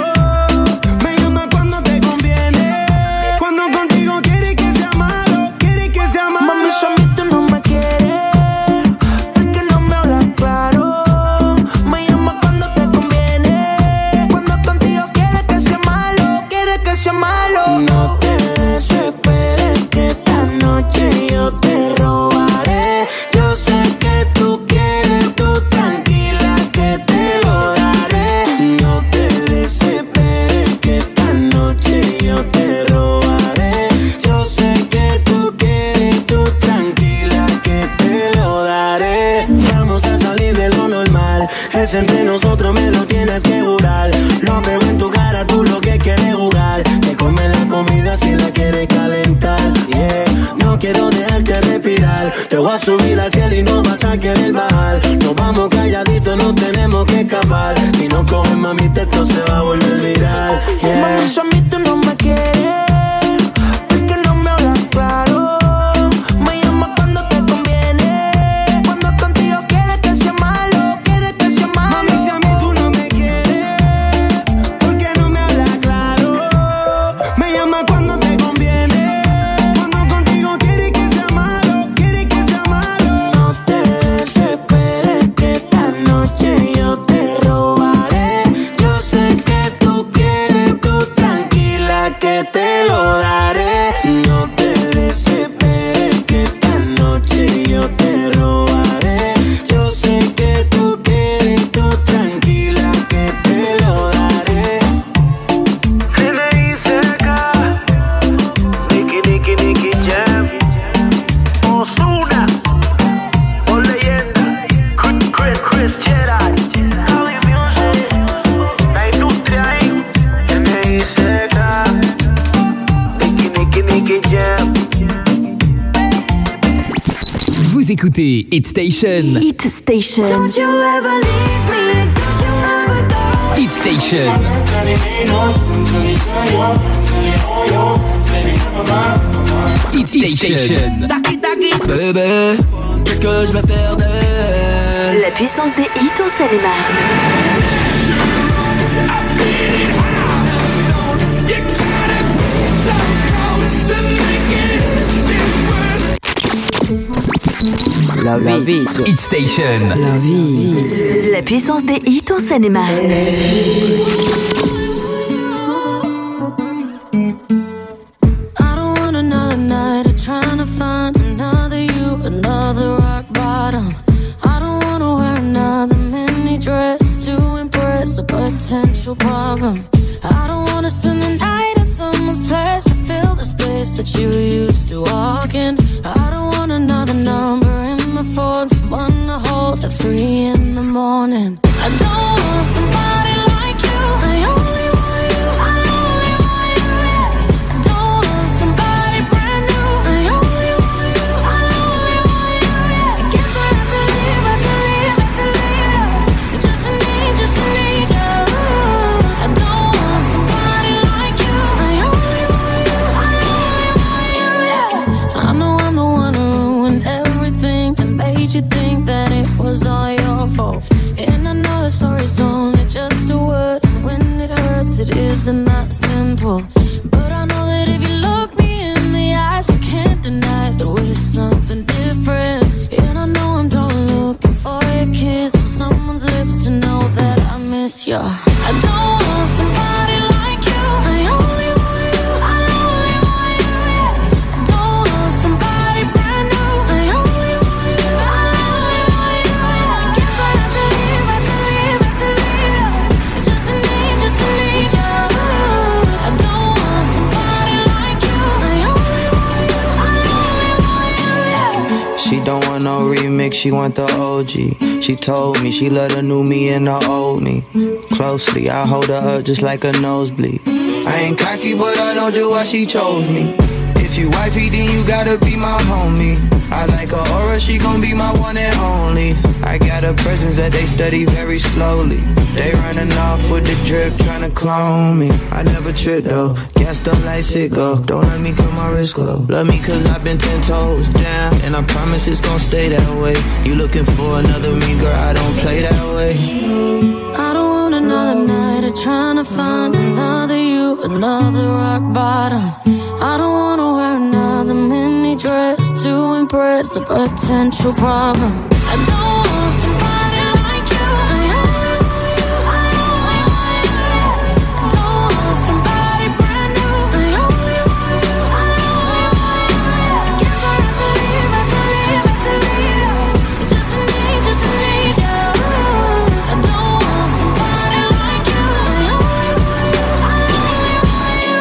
Me llama cuando te conviene. Cuando contigo quieres que sea malo, quieres que sea malo. Mami, si a mí tú no me quieres, ¿por qué no me hablas claro? Me llama cuando te conviene. Cuando contigo quieres que sea malo, quieres que sea malo. No te desesperes que esta noche yo te robaré. Yo sé que tú quieres, tú tranquila que te lo daré. No te desesperes que esta noche yo te robaré. Yo sé que tú quieres, tú tranquila que te lo daré. Vamos a salir de lo normal, es entre nosotros, me lo tienes que jurar. Lo veo en tu cara, tú lo que quieres jugar. Te comes la comida si la quieres calentar. Yeah, no quiero dejarte respirar. Te voy a subir al cielo y no vas a querer bajar. Nos vamos calladitos, no tenemos que escapar. Si no coges mami, esto se va a volver viral. Yeah. Mami, si a mí tú no me quieres, ¿por qué no me hablas claro? Me llama cuando te conviene. Cuando contigo quieres que sea malo, quieres que sea malo. Mami, si a mí tú no me quieres, ¿por qué no me hablas claro? Me llama cuando te conviene. Cuando contigo quieres que sea malo, quieres que sea malo. No te desesperes que esta noche yo te robaré. Yo sé que tú quieres, tú tranquila que te lo daré. No te desesperes que esta noche yo te robaré. Yo sé que tú quieres, tú tranquila que te lo daré. Nicky Jam, Ozuna, o leyenda, Chris Jedi, Javi Music, la industria ahí, NICK, Nicky Jam. Vous écoutez Hit Station. Hit Station. Don't you ever leave me, don't you ever go. Hit Station. Hit Station. Bébé, qu'est-ce que je vais faire d'elle? La puissance des hits en Seine-et-Marne. You gotta be so cold to make it Love It. Hit Station. Love It. La puissance des hits en Seine-et-Marne. I don't want another night of trying to find another you, another rock bottom. I don't want to wear another mini dress to impress a potential problem. I don't want to spend the night at someone's place to fill the space that you used to walk in. I don't want another number in my phone, someone to hold at 3 in the morning. I don't want somebody like you. I only want you. I only want you. Yeah. I don't want somebody brand new. I only want you. I only want you. Yeah. Guess I have to leave. Have to leave. Have to leave. Just to need you. I don't want somebody like you. I only want you. I only want you. Yeah. I know I'm the one who ruined everything and made you think that it was all your fault. And I know the story's only just a word, and when it hurts, it isn't that simple. But I know that if you look me in the eyes, you can't deny that we're something different. And I know I'm done looking for a kiss on someone's lips to know that I miss you. I don't want somebody like you. I only want you. I only want you. Yeah. I don't want somebody brand new. I only want you. I only want you. Yeah. Guess I have to leave. Have to leave. Have to leave. Just to need you. I don't want somebody like you. I only want you. I only want you. Yeah. She don't want no remix, she want the OG. She told me she love the new me and the old me. Closely, I hold her up just like a nosebleed. I ain't cocky, but I know just why she chose me. If you wifey, then you gotta be my homie. I like her aura, she gon' be my one and only. I got a presence that they study very slowly. They running off with the drip, tryna clone me. I never trip though, gassed up like sicko. Don't let me cut my wrist glow. Love me cause I've been 10 toes down, and I promise it's gon' stay that way. You looking for another me, girl, I don't play that way. I don't want another night of trying to find another you, another rock bottom. I don't wanna wear another mini dress to impress a potential problem. I don't want somebody like you. I only want you. I only want you. Yeah. I don't want somebody brand new. I only want you. I only want you. Yeah. Guess I have to leave. Have to leave. Have to leave. Just to need you. I don't want somebody like you. I only want you. I only want you.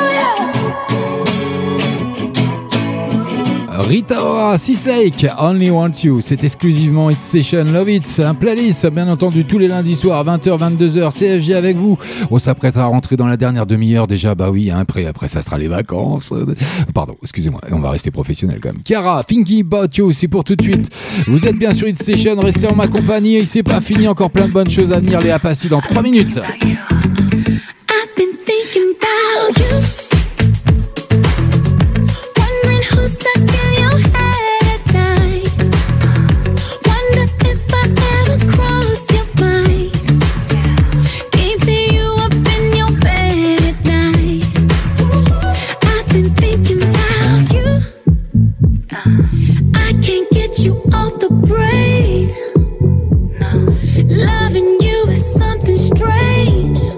Yeah. Rita Ora, Sislake, Only Want You, c'est exclusivement Hit Station Love It, un playlist bien entendu tous les lundis soirs 20h 22h, CFG avec vous. On s'apprête à rentrer dans la dernière demi-heure déjà, bah oui, hein, après ça sera les vacances. Pardon, excusez-moi, on va rester professionnel quand même. Chiara, Thinking About You, c'est pour tout de suite. Vous êtes bien sur Hit Station, restez en ma compagnie et c'est pas fini, encore plein de bonnes choses à venir. Léa Passy dans 3 minutes. I've been thinking about you. Wondering who's stuck in your head at night. Wonder if I ever cross your mind. Keeping you up in your bed at night. I've been thinking about you. I can't get you off the brain. Loving you is something strange.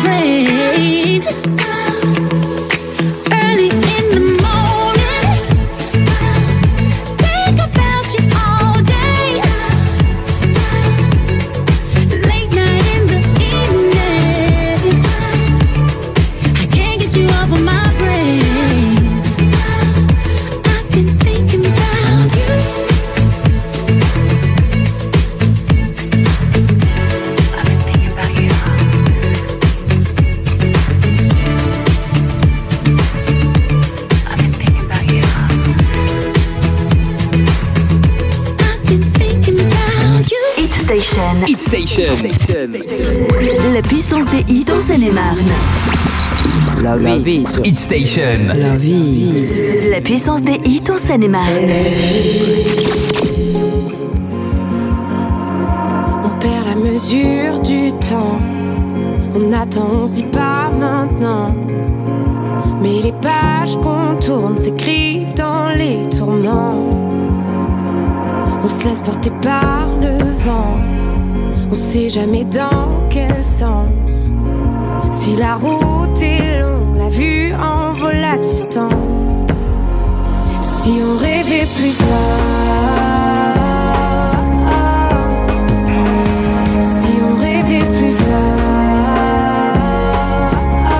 brain. Early in the morning, think about you all day. Late night in the evening, I can't get you off of my brain. I've been thinking about you. Hit Station. La puissance des hits en Seine-et-Marne. Love It. Hit Station. Love It. La puissance des hits en Seine-et-Marne. On perd la mesure du temps. On attend, on se dit pas maintenant. Mais les pages qu'on tourne s'écrivent dans les tourments. On se laisse porter par le vent. On sait jamais dans quel sens. Si la route est longue, la vue en vaut la distance. Si on rêvait plus fort, si on rêvait plus fort,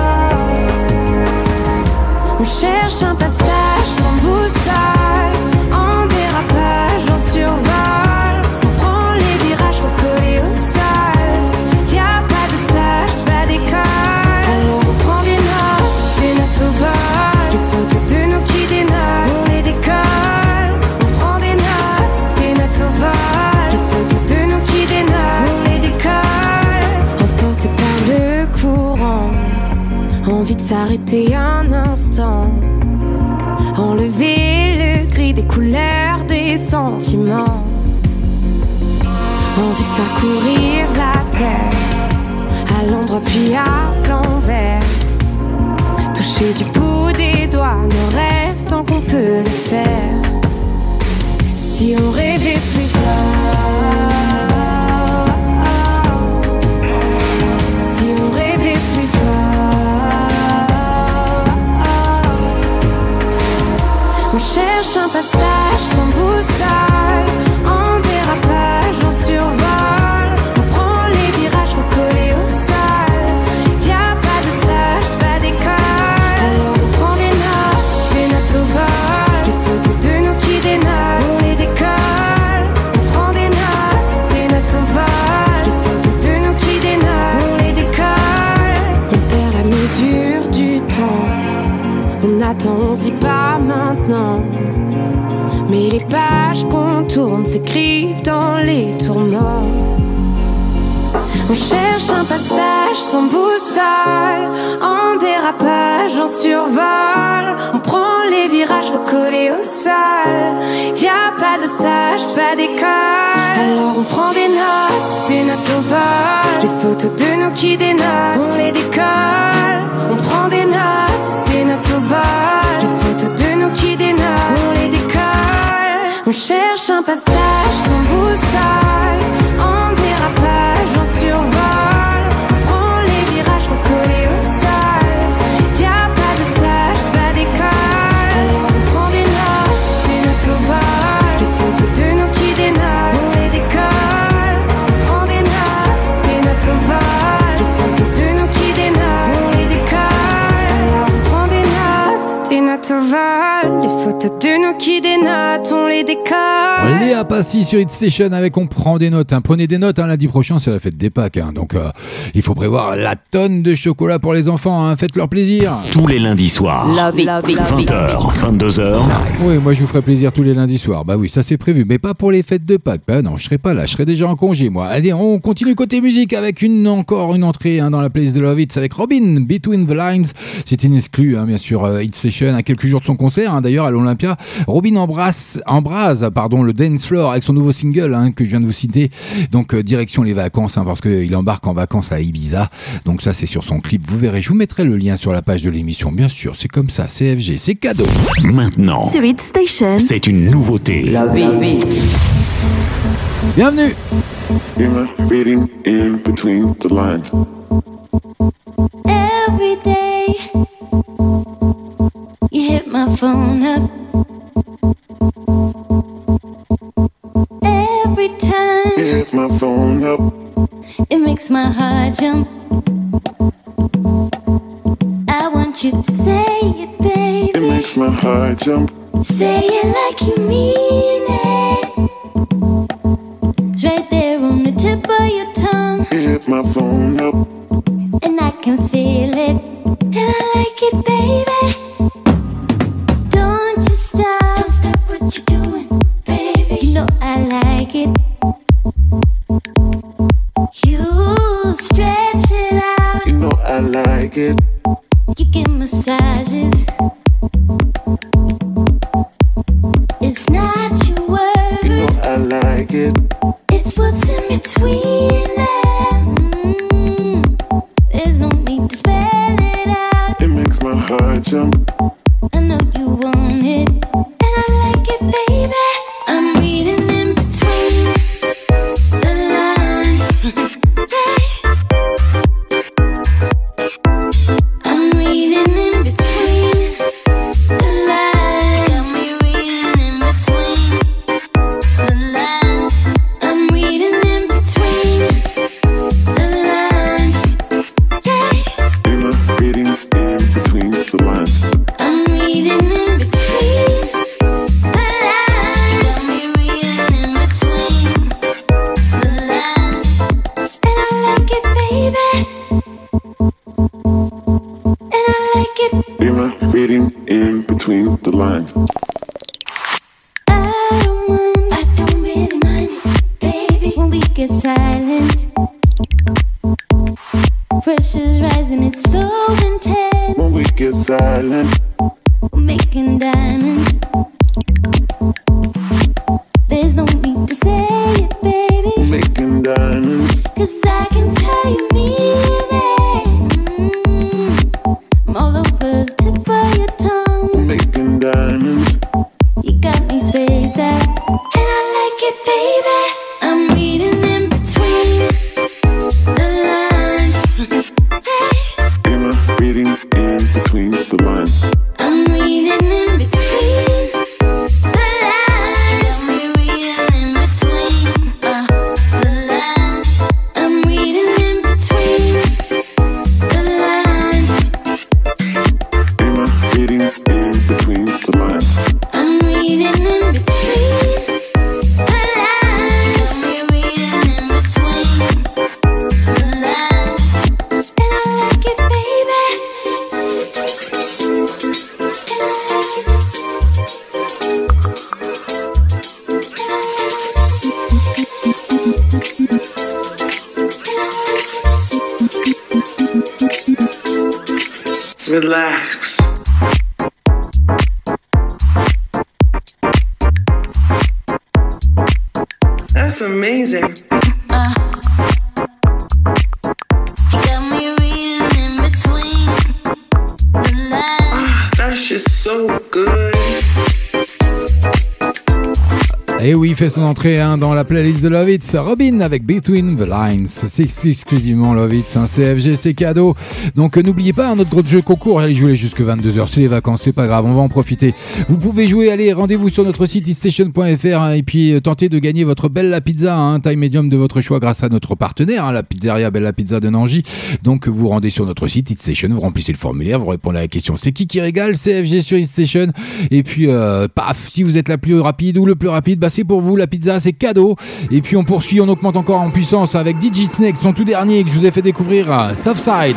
on cherche un passage sans boussole, en dérapage, en survol. On prend les virages, faut coller au sol. Y'a pas de stage, pas d'école. Alors on prend des notes au vol. Les photos de nous qui dénotent, on les décolle. On prend des notes au vol. Les photos de nous qui dénotent, on les décolle. Emporté par le courant, envie de s'arrêter un instant. Enlever le gris des couleurs, des sentiments. Envie de parcourir la terre, à l'endroit puis à l'envers. Toucher du bout des doigts nos rêves tant qu'on peut le faire. Si on rêvait plus fort, si on rêvait plus fort, on cherche un passage sans boussole, en dérapage, en survol. On prend les virages, faut coller au sol. Y'a pas de stage, pas d'école. Alors on prend des notes au vol. Les photos de nous qui dénotent, on les décolle. On prend des notes au vol. Les photos de nous qui dénotent, on les décolle. On perd la mesure du temps. On attend, on se dit pas maintenant. Mais les pages qu'on tourne s'écrivent dans les tourments. On cherche un passage sans boussole, en dérapage, en survol. On prend les virages, faut coller au sol. Y'a pas de stage, pas d'école. Alors on prend des notes au vol. Les photos de nous qui dénotent, on les décolle. On prend des notes au vol. Les photos de nous qui dénotent, on les décolle. On cherche un passage sans boussole, en dérapage, en survol. On prend les virages, faut coller au sol. Y'a pas de stage, pas d'école. Alors on prend des notes au vol. Les photos de nous qui dénotent, on les décolle. On prend des notes au vol. Les photos de nous qui dénotent, on les décolle. Alors on prend des notes au vol. Les photos de nous qui dénotent, on les décolle. Léa Passy sur Hit Station avec On prend des notes. Prenez des notes, lundi prochain c'est la fête des Pâques. Donc il faut prévoir la tonne de chocolat pour les enfants. Faites-leur plaisir. Tous les lundis soirs. 20h, 22h. Oui, moi je vous ferai plaisir tous les lundis soirs. Bah oui, ça c'est prévu. Mais pas pour les fêtes de Pâques. Bah non, je serai pas là. Je serai déjà en congé moi. Allez, on continue côté musique avec encore une entrée dans la playlist de Love It avec Robin, Between the Lines. C'est une exclue, bien sûr, Hit Station. À quelques jours de son concert, d'ailleurs, à l'Olympia. Robin embrase le dance floor avec son nouveau single que je viens de vous citer. Donc direction les vacances, parce qu'il embarque en vacances à Ibiza. Donc ça c'est sur son clip, vous verrez. Je vous mettrai le lien sur la page de l'émission, bien sûr. C'est comme ça, CFG, c'est cadeau. Maintenant, sur Hit Station, c'est une nouveauté. Bienvenue. Reading in between the lines. every day. You hit my phone up every time. You hit my phone up. It makes my heart jump. I want you to say it, baby. It makes my heart jump. Say it like you mean it. It's right there on the tip of your tongue. You hit my phone up. And I can feel it. And I like it, baby. Don't you stop. Don't stop what you're doing, baby. You know I like it. You stretch it out. You know I like it. You give massages. It's not your words. You know I like it. It's what's in between them. There's no need to spell it out. It makes my heart jump. I know you want it, and I like it, baby. I'm reading in between the lines. I'm reading in between the lines. Got me reading in between the lines. I'm reading in between the lines. You're not reading in between the lines. I'm reading in between the lines. Got me reading in between the lines. And I like it, baby. And I like it. You're not reading in between the lines. I don't really mind it, baby. When we get silent, pressure's rising, it's so intense. When we get silent, We're making diamonds. There's no need to say it, baby. we're making diamonds. 'Cause I can tell you mean it. I'm all over the tip of your tongue. We're making diamonds. You got me spaced out, and I like it, baby. I'm reading in between the lines. You're not reading in between the lines. I'm reading in between the lines. I'm reading in between the lines. I'm reading in between the lines. You're not reading in between the lines. I'm reading in between the lines. I'm reading in between the lines. And I like it, baby. Relax. That's amazing. Got me reading in between the lines. That's just so good. Et oui, il fait son entrée dans la playlist de Love It. Robin avec Between the Lines. C'est exclusivement Love It, un CFG, c'est cadeau. Donc n'oubliez pas notre gros jeu concours. Allez jouer jusque 22h. C'est les vacances, c'est pas grave, on va en profiter. Vous pouvez jouer, allez, rendez-vous sur notre site itstation.fr et puis tentez de gagner votre Bella Pizza, taille médium de votre choix grâce à notre partenaire, la pizzeria Bella Pizza de Nangy. Donc vous rendez sur notre site itstation, vous remplissez le formulaire, vous répondez à la question c'est qui régale, CFG sur itstation. Et puis paf, si vous êtes la plus rapide ou le plus rapide, bah c'est pour vous, la pizza, c'est cadeau. Et puis on poursuit, on augmente encore en puissance avec DJ Snake, son tout dernier que je vous ai fait découvrir, Softside.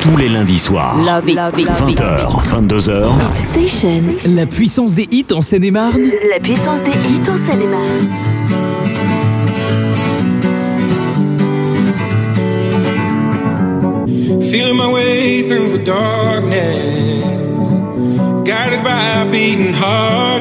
Tous les lundis soirs. 20h, 22h. Station. La puissance des hits en Seine-et-Marne. La puissance des hits en Seine-et-Marne. Feeling my way through the darkness, guided by a beating heart.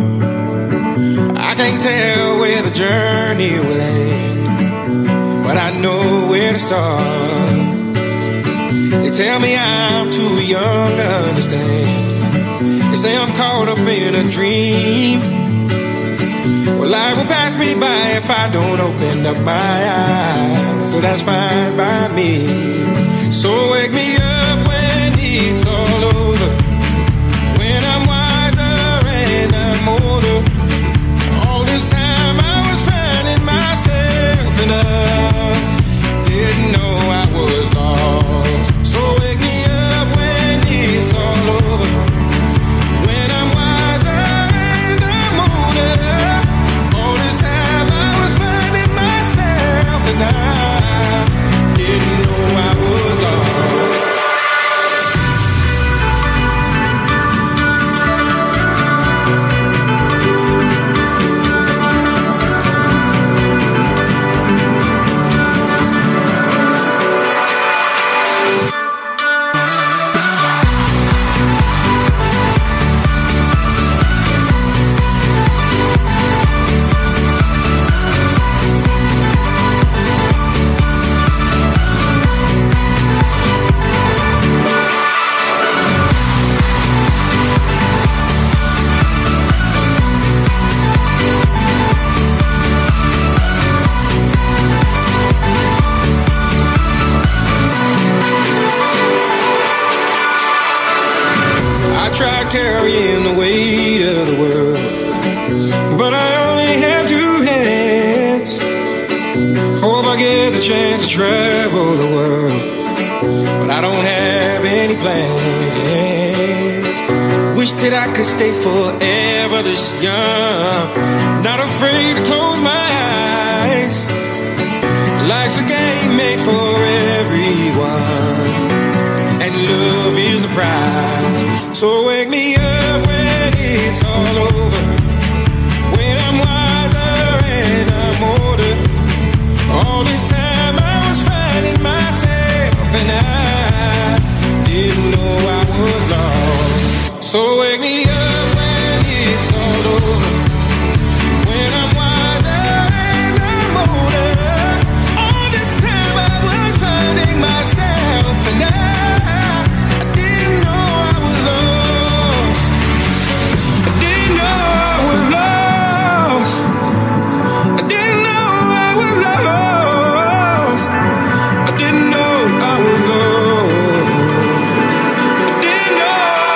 I can't tell where the journey will end, but I know where to start. They tell me I'm too young to understand. They say I'm caught up in a dream. Well, life will pass me by if I don't open up my eyes. So that's fine by me. So wake me up when it's all over, when I'm wiser and I'm older. All this time I was finding myself and I didn't know I was lost. So wake me up when it's all over, when I'm wiser and I'm older. All this time I was finding myself and I didn't know I was lost. Carrying the weight of the world, but I only have two hands. Hope I get the chance to travel the world, but I don't have any plans. Wish that I could stay forever this young, not afraid to close my eyes. Life's a game made for everyone, and love is the prize. So wake me up when it's all over, when I'm wiser and I'm older. All this time I was finding myself and I didn't know I was lost. So wake me up when it's all over, when I'm wiser and I'm older. All this time I was finding myself and I didn't know I was lost. I didn't know I was lost. I didn't know I was lost. I didn't know I was lost. I didn't know.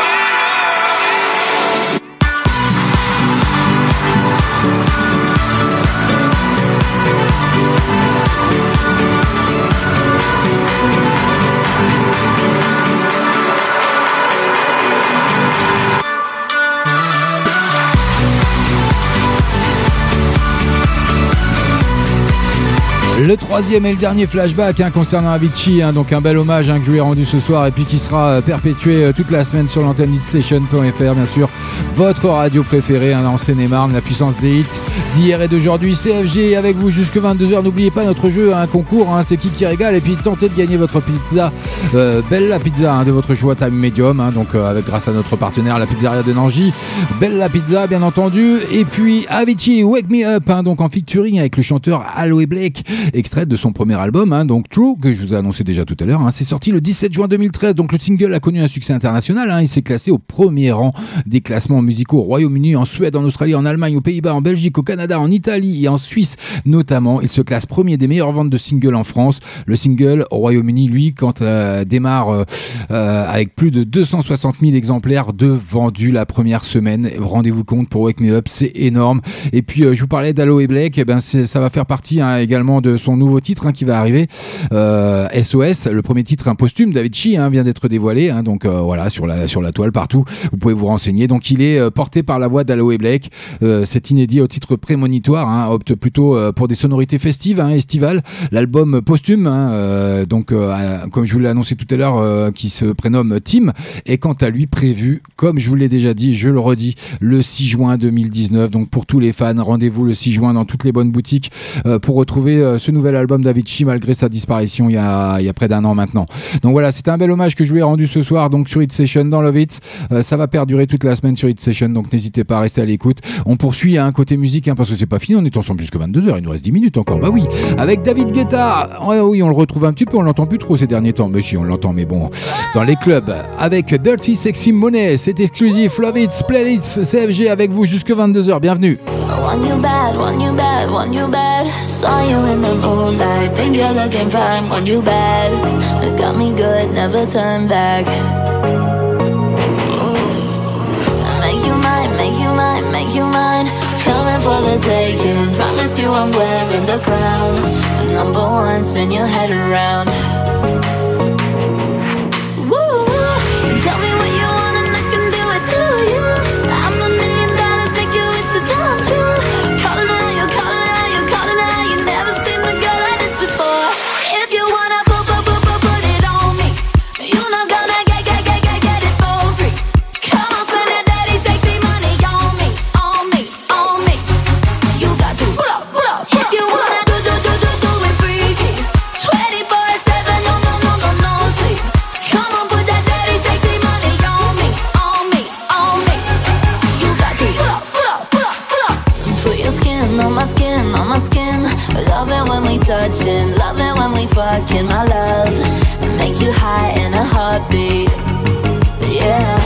Le troisième et le dernier flashback concernant Avicii, donc un bel hommage que je lui ai rendu ce soir et puis qui sera perpétué toute la semaine sur l'antenne hitstation.fr, bien sûr, votre radio préférée en Seine-et-Marne, la puissance des hits d'hier et d'aujourd'hui. CFG avec vous jusque 22h. N'oubliez pas notre jeu, un concours, c'est qui régale, et puis tentez de gagner votre pizza, Bella Pizza de votre choix taille médium, donc avec grâce à notre partenaire la pizzeria de Nangy, Bella Pizza bien entendu, et puis Avicii Wake Me Up, donc en featuring avec le chanteur Aloe Blake, extrait de son premier album, donc True, que je vous ai annoncé déjà tout à l'heure. C'est sorti le 17 juin 2013, donc le single a connu un succès international. Il s'est classé au premier rang des classements musicaux au Royaume-Uni, en Suède, en Australie, en Allemagne, aux Pays-Bas, en Belgique, au Canada, en Italie et en Suisse notamment. Il se classe premier des meilleures ventes de singles en France. Le single au Royaume-Uni, lui, démarre avec plus de 260 000 exemplaires de vendus la première semaine. Rendez-vous compte, pour Wake Me Up, c'est énorme. Et puis je vous parlais d'Aloe Blake, ça va faire partie également de son nouveau titre qui va arriver, SOS, le premier titre posthume d'Avicii vient d'être dévoilé, donc voilà, sur la toile partout, vous pouvez vous renseigner. Donc il est porté par la voix d'Aloe Blake, c'est inédit au titre prémonitoire, opte plutôt pour des sonorités festives, estivales. L'album posthume, donc comme je vous l'ai annoncé tout à l'heure, qui se prénomme Tim, est quant à lui prévu, comme je vous l'ai déjà dit, je le redis, le 6 juin 2019. Donc pour tous les fans, rendez-vous le 6 juin dans toutes les bonnes boutiques pour retrouver ce nouvel album d'Avicii malgré sa disparition il y a près d'1 an maintenant. Donc voilà, c'était un bel hommage que je lui ai rendu ce soir donc sur Hit Session dans Love It. Ça va perdurer toute la semaine sur Hit Session, donc n'hésitez pas à rester à l'écoute. On poursuit côté musique parce que c'est pas fini, on est ensemble jusqu'à 22h, il nous reste 10 minutes encore. Bah oui, avec David Guetta. Oui, on le retrouve un petit peu, on l'entend plus trop ces derniers temps. Mais si, on l'entend, mais bon, dans les clubs avec Dirty Sexy Money, c'est exclusif. Love It, Play It, CFG avec vous jusqu'à 22h. Bienvenue. Want you bad, want you bad, want you bad. Saw you in the moonlight, think you're looking fine. Want you bad, it got me good, never turn back. Make you mine, make you mine, make you mine. Coming for the taking, promise you I'm wearing the crown. The number one, spin your head around. Woo, tell me what you want and I can do it to you. I'm $1 million, make your wishes come true. Calling out, you're calling out, you're calling out. You never seen a girl like this before. If you wanna put it on me, you're not gonna get it for free. Come on, spend that dirty, sexy money on me, on me, on me. You got to pull up. If you wanna do it freaky, 24/7, no sleep. Come on, put that dirty, sexy money on me, on me, on me. You got to pull up. Put your skin on my skin, on my skin. Love it when we touchin', love it when we fucking, my love. Make you high in a heartbeat, yeah.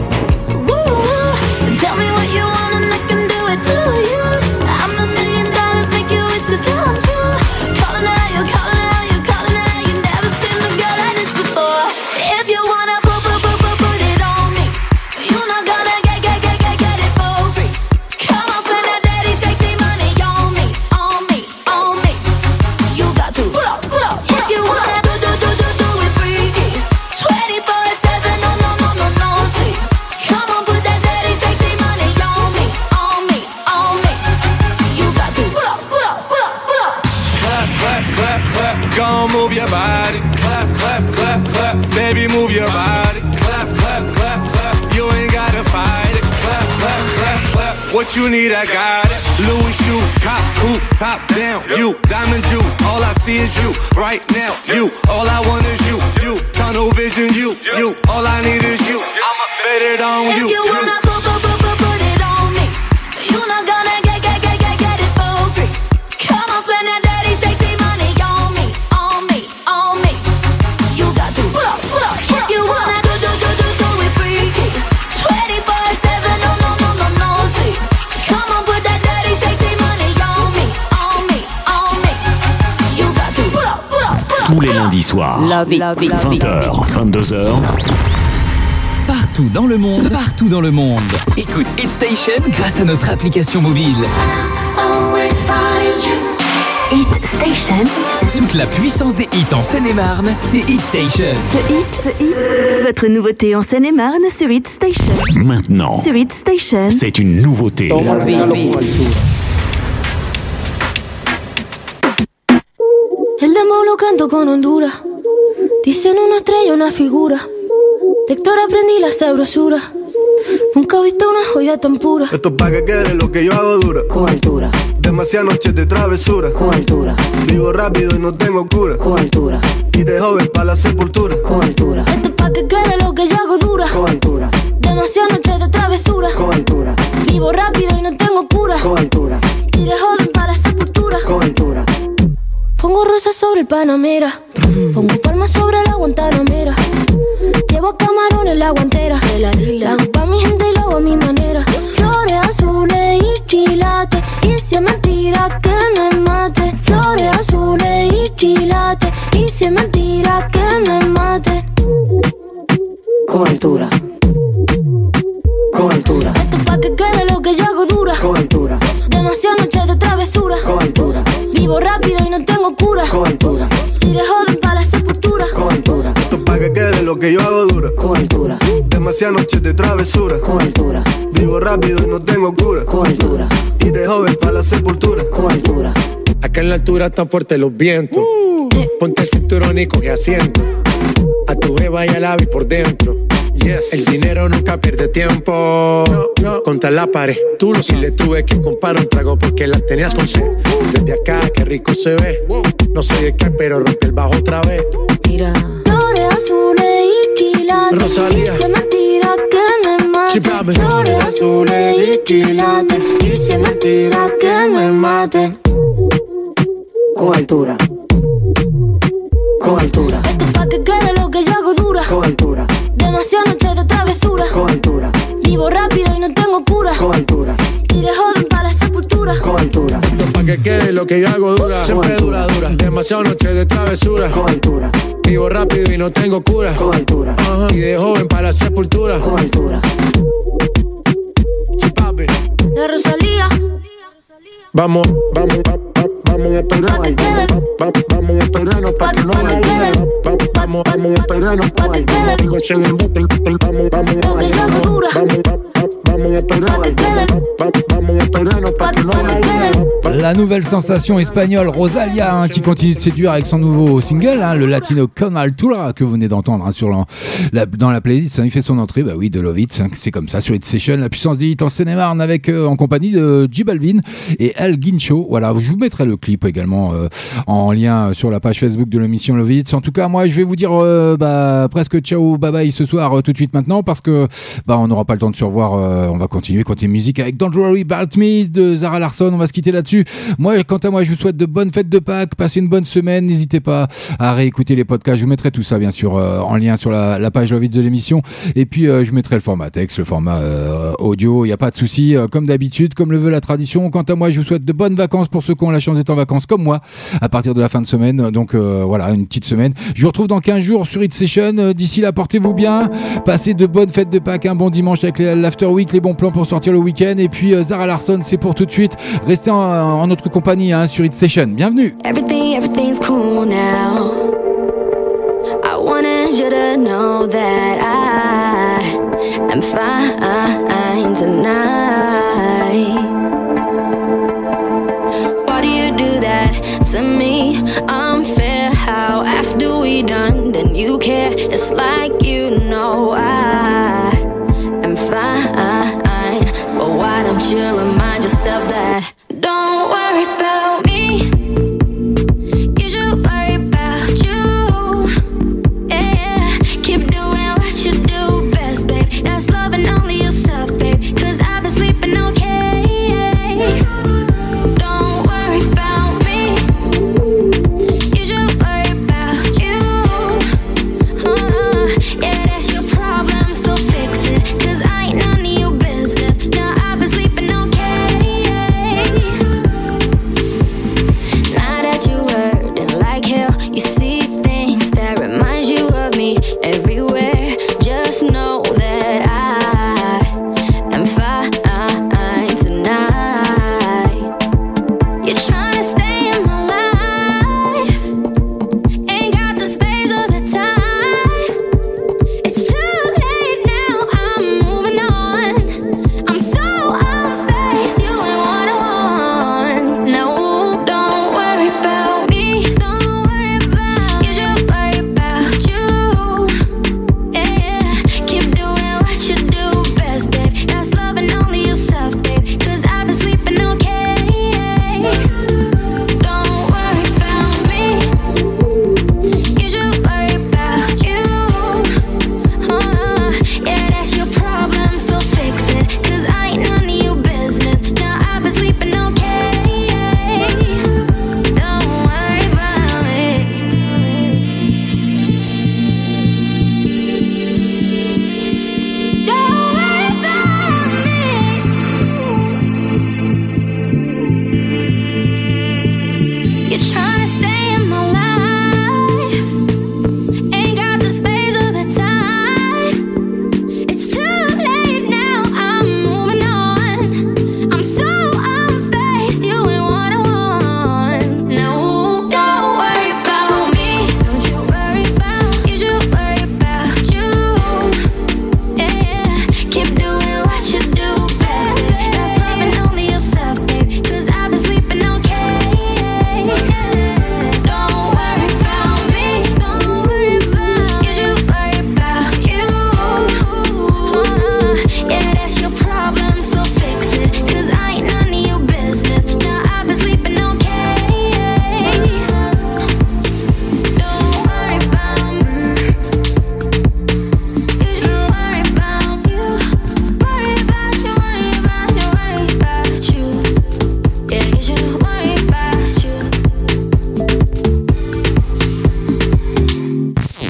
Woo, tell me what you want and I can do it to you. I'm $1 million, make your wishes come true. Calling out, you're calling out, you're calling out. You never seen a girl like this before. If you wanna put it on me, you're not gonna get it for free. Come on, spend that dirty, sexy money on me, on me, on me. You got to pull up. If you wanna do it freaky, 24/7, no sleep. Come on, put that dirty, sexy money on me, on me, on me. You got to pull up. Clap, gon' move your body. Clap, baby, move your body. Clap, you ain't gotta fight it. Clap, what you need, I got it. Louis shoes, cop, coupe, top down. You, diamond juice, all I see is you. Right now, you, all I want is you. Tunnel vision, you, all I need is you. I'ma bet it on you. If you wanna put it on me, you're not gonna get it for free. Come on, spend that dirty, sexy money on me, on me, on me. You got to pull up. If you wanna do it freaky, 24/7, no sleep. Come on, put that dirty, sexy money on me, on me, on me. You got to pull up. Tous les lundis soirs, 20h, 22h. Partout dans le monde. Écoute Hit Station grâce à notre application mobile. Hit Station. Toute la puissance des hits en Seine-et-Marne, c'est Hit Station. Ce hit, votre nouveauté en Seine-et-Marne sur Hit Station. Maintenant, Sur Hit Station. c'est une nouveauté. El demo lo canto con Honduras. Dicen una estrella, una figura. De Héctor aprendí la sabrosura. Nunca he visto una joya tan pura. Esto es pa' que quede lo que yo hago dura. Con altura. Demasiadas noches de travesura. Con altura. Vivo rápido y no tengo cura. Con altura. Y de joven pa' la sepultura. Con altura. Esto es pa' que quede lo que yo hago dura. Con altura. Demasiadas noches de travesura. Con altura. Vivo rápido y no tengo cura. Con altura. Y de joven pa' la sepultura. Con altura. Pongo rosas sobre el Panamera. Pongo palmas sobre la Guantanamera. Llevo camarones la guantera. La hago pa' mi gente y lo hago a mi manera. Flores azules y quilates. Y si es mentira que me mate. Flores azules y quilates. Y si es mentira que me mate. Con altura. Con altura. Esto es pa' que quede lo que yo hago dura. Con altura. Demasiadas noches de travesura. Con altura. Vivo rápido y no tengo cura. Demasiadas noches de travesura. Cobertura. Vivo rápido y no tengo cura. Cobertura. Y de joven para la sepultura. Cobertura. Acá en la altura están fuertes los vientos. Ponte el cinturón y coge asiento. A tu jeva y al ave por dentro. Yes. El dinero nunca pierde tiempo. No. Contra la pared. Tú no. Si le tuve que comprar un trago porque la tenías con sed. Desde acá, qué rico se ve. No sé de qué, pero rompe el bajo otra vez. Mira. Flores azules y quilates. Rosalía. Se me tira que me maten. Flores azules y quilates. Y se me tira que me maten. Cobertura. Cobertura. Esto es pa' que quede lo que yo hago dura. Cobertura. Demasiadas noches de travesura. Cobertura. Vivo rápido y no tengo cura. Cobertura. Iré joven para la sepultura. Cobertura. Esto es pa' que quede lo que yo hago dura. Siempre dura. Demasiadas noches de travesura. Cobertura. Vivo rápido y no tengo cura. Cobertura. Y de joven para la sepultura. Cobertura. La Rosalía. Vamos a esperarnos. Vamos a esperarnos para que no me ayude. Vamos a esperarnos para que no me ayude. Vamos a esperarnos para que no me ayude. La nouvelle sensation espagnole Rosalía qui continue de séduire avec son nouveau single, le latino Con Altura que vous venez d'entendre dans la playlist. Il fait son entrée, bah oui, de Love It, c'est comme ça sur Hit Station, la puissance des hits en Seine-et-Marne avec en compagnie de J Balvin et El Guincho. Voilà, je vous mettrai le clip également en lien sur la page Facebook de l'émission Love It. En tout cas, moi je vais vous dire presque ciao, bye bye ce soir tout de suite maintenant parce que on n'aura pas le temps de se revoir. On va continuer côté musique avec Don't Worry About Me de Zara Larsson. On va se quitter là-dessus. Moi, quant à moi, je vous souhaite de bonnes fêtes de Pâques, passez une bonne semaine, n'hésitez pas à réécouter les podcasts, je vous mettrai tout ça bien sûr en lien sur la page Love It de l'émission et puis je mettrai le format texte, le format audio, il n'y a pas de souci, comme d'habitude, comme le veut la tradition. Quant à moi, je vous souhaite de bonnes vacances pour ceux qui ont la chance d'être en vacances comme moi à partir de la fin de semaine, donc voilà, une petite semaine. Je vous retrouve dans 15 jours sur Hit Session, d'ici là, portez-vous bien, passez de bonnes fêtes de Pâques, un bon dimanche avec l'After Week, les bons plans pour sortir le week-end et puis Zara Larsson, c'est pour tout de suite, restez en notre compagnie sur Hit Station. Bienvenue. Everything's cool now. I wanted you to know that I am fine tonight. Why do you do that to me? Unfair how after we done, then you care. It's like you know I am fine. But why don't you remind yourself that? Don't worry about me. You should worry about you. Yeah, keep doing what you do best, babe. That's loving only yourself, babe. 'Cause I've been sleeping okay. Don't worry about me. You should worry about you.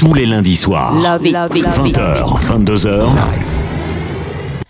Tous les lundis soirs. 20h, 22h.